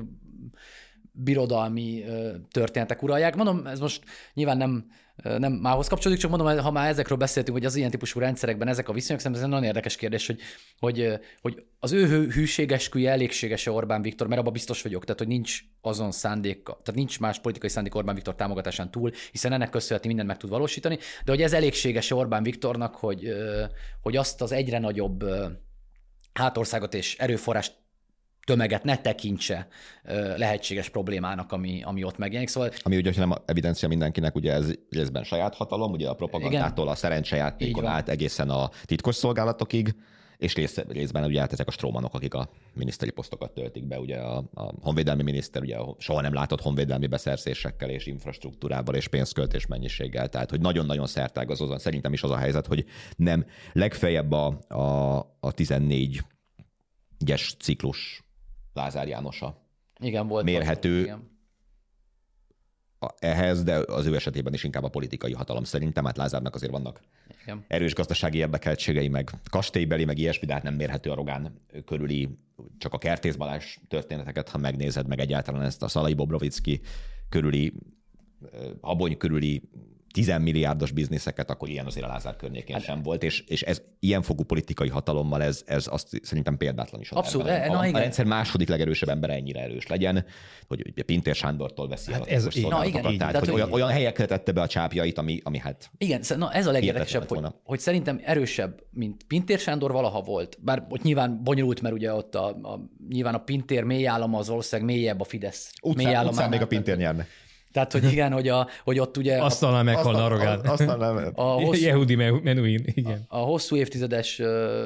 birodalmi történetek uralják. Mondom, ez most nyilván nem, nem mához kapcsolódik, csak mondom, ha már ezekről beszéltünk, hogy az ilyen típusú rendszerekben ezek a viszonyok, szerintem ez egy nagyon érdekes kérdés, hogy, hogy, hogy az ő hűségesküje elégséges-e Orbán Viktor, mert abban biztos vagyok, tehát hogy nincs azon szándéka, tehát nincs más politikai szándék Orbán Viktor támogatásán túl, hiszen ennek köszönhetően mindent meg tud valósítani, de hogy ez elégséges-e Orbán Viktornak, hogy, hogy azt az egyre nagyobb hátországot és erőforrást tömeget ne tekintse lehetséges problémának, ami, ami ott megjelenik. Szóval... Ami ugye nem evidencia mindenkinek, ugye ez részben saját hatalom, ugye a propagandától, a szerencsejátékon át egészen a titkos szolgálatokig, és rész, részben ugye hát ezek a strómanok, akik a miniszteri posztokat töltik be, ugye a, a honvédelmi miniszter, ugye a soha nem látott honvédelmi beszerzésekkel és infrastruktúrával és pénzköltés mennyiséggel, tehát hogy nagyon-nagyon szertágazó, szerintem is az a helyzet, hogy nem legfeljebb a, a, a tizennégyes ciklus Lázár Jánosa. Igen, volt mérhető volt, igen. ehhez, de az ő esetében is inkább a politikai hatalom szerintem, hát Lázárnak azért vannak igen. erős gazdasági érdekeltségei, meg kastélybeli, meg ilyesmi, de hát nem mérhető a Rogán körüli, csak a Kertész Balázs történeteket, ha megnézed, meg egyáltalán ezt a Szalai Bobrovicki körüli, Habony körüli tízmilliárdos bizniszeket, akkor ilyen azért a Lázár környékén hát, sem volt, és, és ez ilyen fogú politikai hatalommal ez, ez azt szerintem példátlan is. Abszolút. A, na, a, igen. a rendszer második legerősebb embere ennyire erős legyen, hogy Pintér Sándortól veszi hát el ez, a szolgálatokat. Tehát, tehát, hogy olyan, olyan helyekre tette be a csápjait, ami, ami hát... Igen, na ez a legérdekesebb, hogy, hogy szerintem erősebb, mint Pintér Sándor valaha volt. Bár ott nyilván bonyolult, mert ugye ott a, a, nyilván a Pintér mélyállama az valószínűleg mélyebb a Fidesz mélyállamánál. Utcán még a Pintér nyerne. Tehát, hogy igen, hogy, a, hogy ott ugye... Aztán meghalna a Rogán. Aztán Yehudi Menuhin, igen. A, a hosszú évtizedes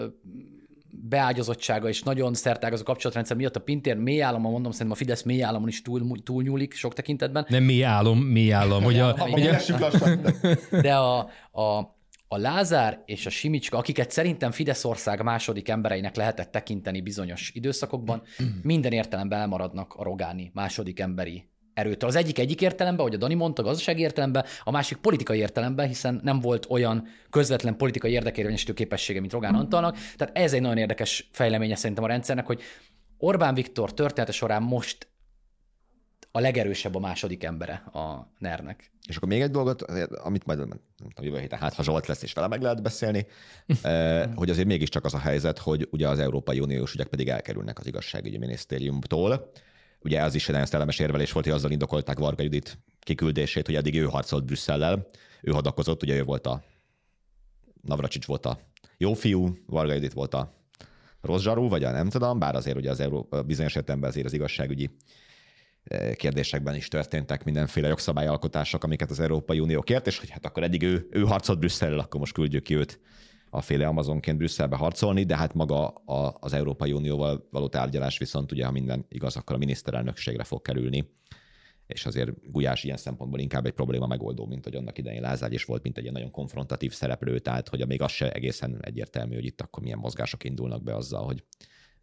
beágyazottsága és nagyon szertágazó kapcsolatrendszer miatt a Pintér mélyállama, mondom, szerintem a Fidesz mélyállamon is túl, túlnyúlik sok tekintetben. Nem mélyálom, mélyállam. Hogy a, hogy a... De a, a, a Lázár és a Simicska, akiket szerintem Fideszország második embereinek lehetett tekinteni bizonyos időszakokban, minden értelemben elmaradnak a rogáni második emberi erőtől. Az egyik egyik értelemben, ahogy a Dani mondta, gazdasági értelemben, a másik politikai értelemben, hiszen nem volt olyan közvetlen politikai érdekérvényesítő képessége, mint Rogán Antalnak. Tehát ez egy nagyon érdekes fejleménye szerintem a rendszernek, hogy Orbán Viktor története során most a legerősebb a második embere a nernek. És akkor még egy dolgot, amit majd nem tudom, jövő héten hát, ha Zsolt lesz, és vele meg lehet beszélni, hogy azért mégiscsak az a helyzet, hogy ugye az Európai Uniós ügyek pedig elkerülnek az igazságügyi minisztériumtól. Ugye az is egy nagyon szellemes érvelés volt, hogy azzal indokolták Varga Judit kiküldését, hogy eddig ő harcolt Brüsszellel, ő hadakozott, ugye ő volt a Navracsics volt a jó fiú, Varga Judit volt a rossz zsarú, vagy a nem tudom, bár azért ugye az Európa, bizonyos értelemben azért az igazságügyi kérdésekben is történtek mindenféle jogszabályalkotások, amiket az Európai Unió kért, és hogy hát akkor eddig ő, ő harcolt Brüsszellel, akkor most küldjük ki őt a féle Amazonként Brüsszelbe harcolni, de hát maga a, az Európai Unióval való tárgyalás viszont ugye, ha minden igaz, akkor a miniszterelnökségre fog kerülni, és azért Gulyás ilyen szempontból inkább egy probléma megoldó, mint hogy annak idején Lázár is volt, mint egy ilyen nagyon konfrontatív szereplő, tehát hogy még az se egészen egyértelmű, hogy itt akkor milyen mozgások indulnak be azzal, hogy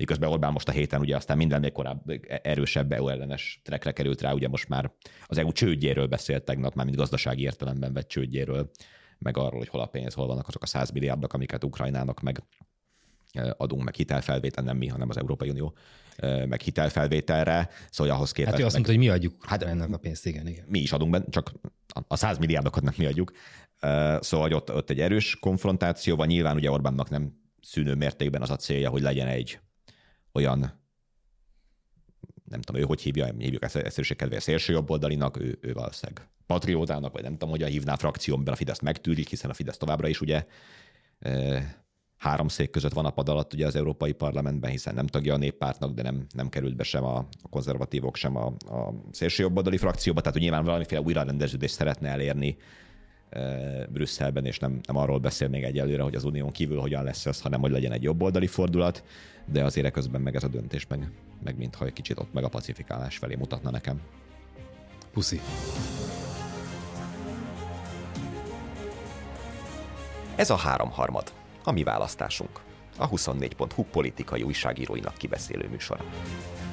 miközben Orbán most a héten ugye aztán minden még korább erősebb é u ellenes trekre került rá, ugye most már az é u csődjéről beszélt tegnap, már mint gazdasági értelemben vett csődjéről, meg arról, hogy hol a pénz, hol vannak azok a száz milliárdok, amiket Ukrajnának meg adunk, meg hitelfelvétel, nem mi, hanem az Európai Unió, meg hitelfelvételre, szóval ahhoz képest... Hát ő azt meg, mondta, hogy mi adjuk hát, ennek a pénzt, igen, igen. Mi is adunk be, csak a száz milliárdokat nem mi adjuk. Szóval hogy ott, ott egy erős konfrontáció van, nyilván ugye Orbánnak nem szűnő mértékben az a célja, hogy legyen egy olyan, nem tudom, ő hogy hívja, mi hívjuk ezt egyszerűség kedvéért szélső jobboldalinak, ő, ő valószínűleg patriótának, vagy nem tudom, hogyan hívná a frakció, amiben a Fidesz megtűrik, hiszen a Fidesz továbbra is ugye három szék között van a pad alatt ugye az Európai Parlamentben, hiszen nem tagja a Néppártnak, de nem, nem került be sem a konzervatívok, sem a, a szélsőjobboldali frakcióba, tehát hogy nyilván valamiféle újrarendeződést szeretne elérni e, Brüsszelben, és nem, nem arról beszél még egyelőre, hogy az unión kívül hogyan lesz ez, hanem hogy legyen egy jobboldali fordulat, de azért közben meg ez a döntés, meg, meg mintha egy kicsit ott meg a pacifikálás felé mutatna nekem. Puszi. Ez a háromharmad, a mi választásunk, a huszonnégy pont hu politikai újságíróinak kibeszélő műsora.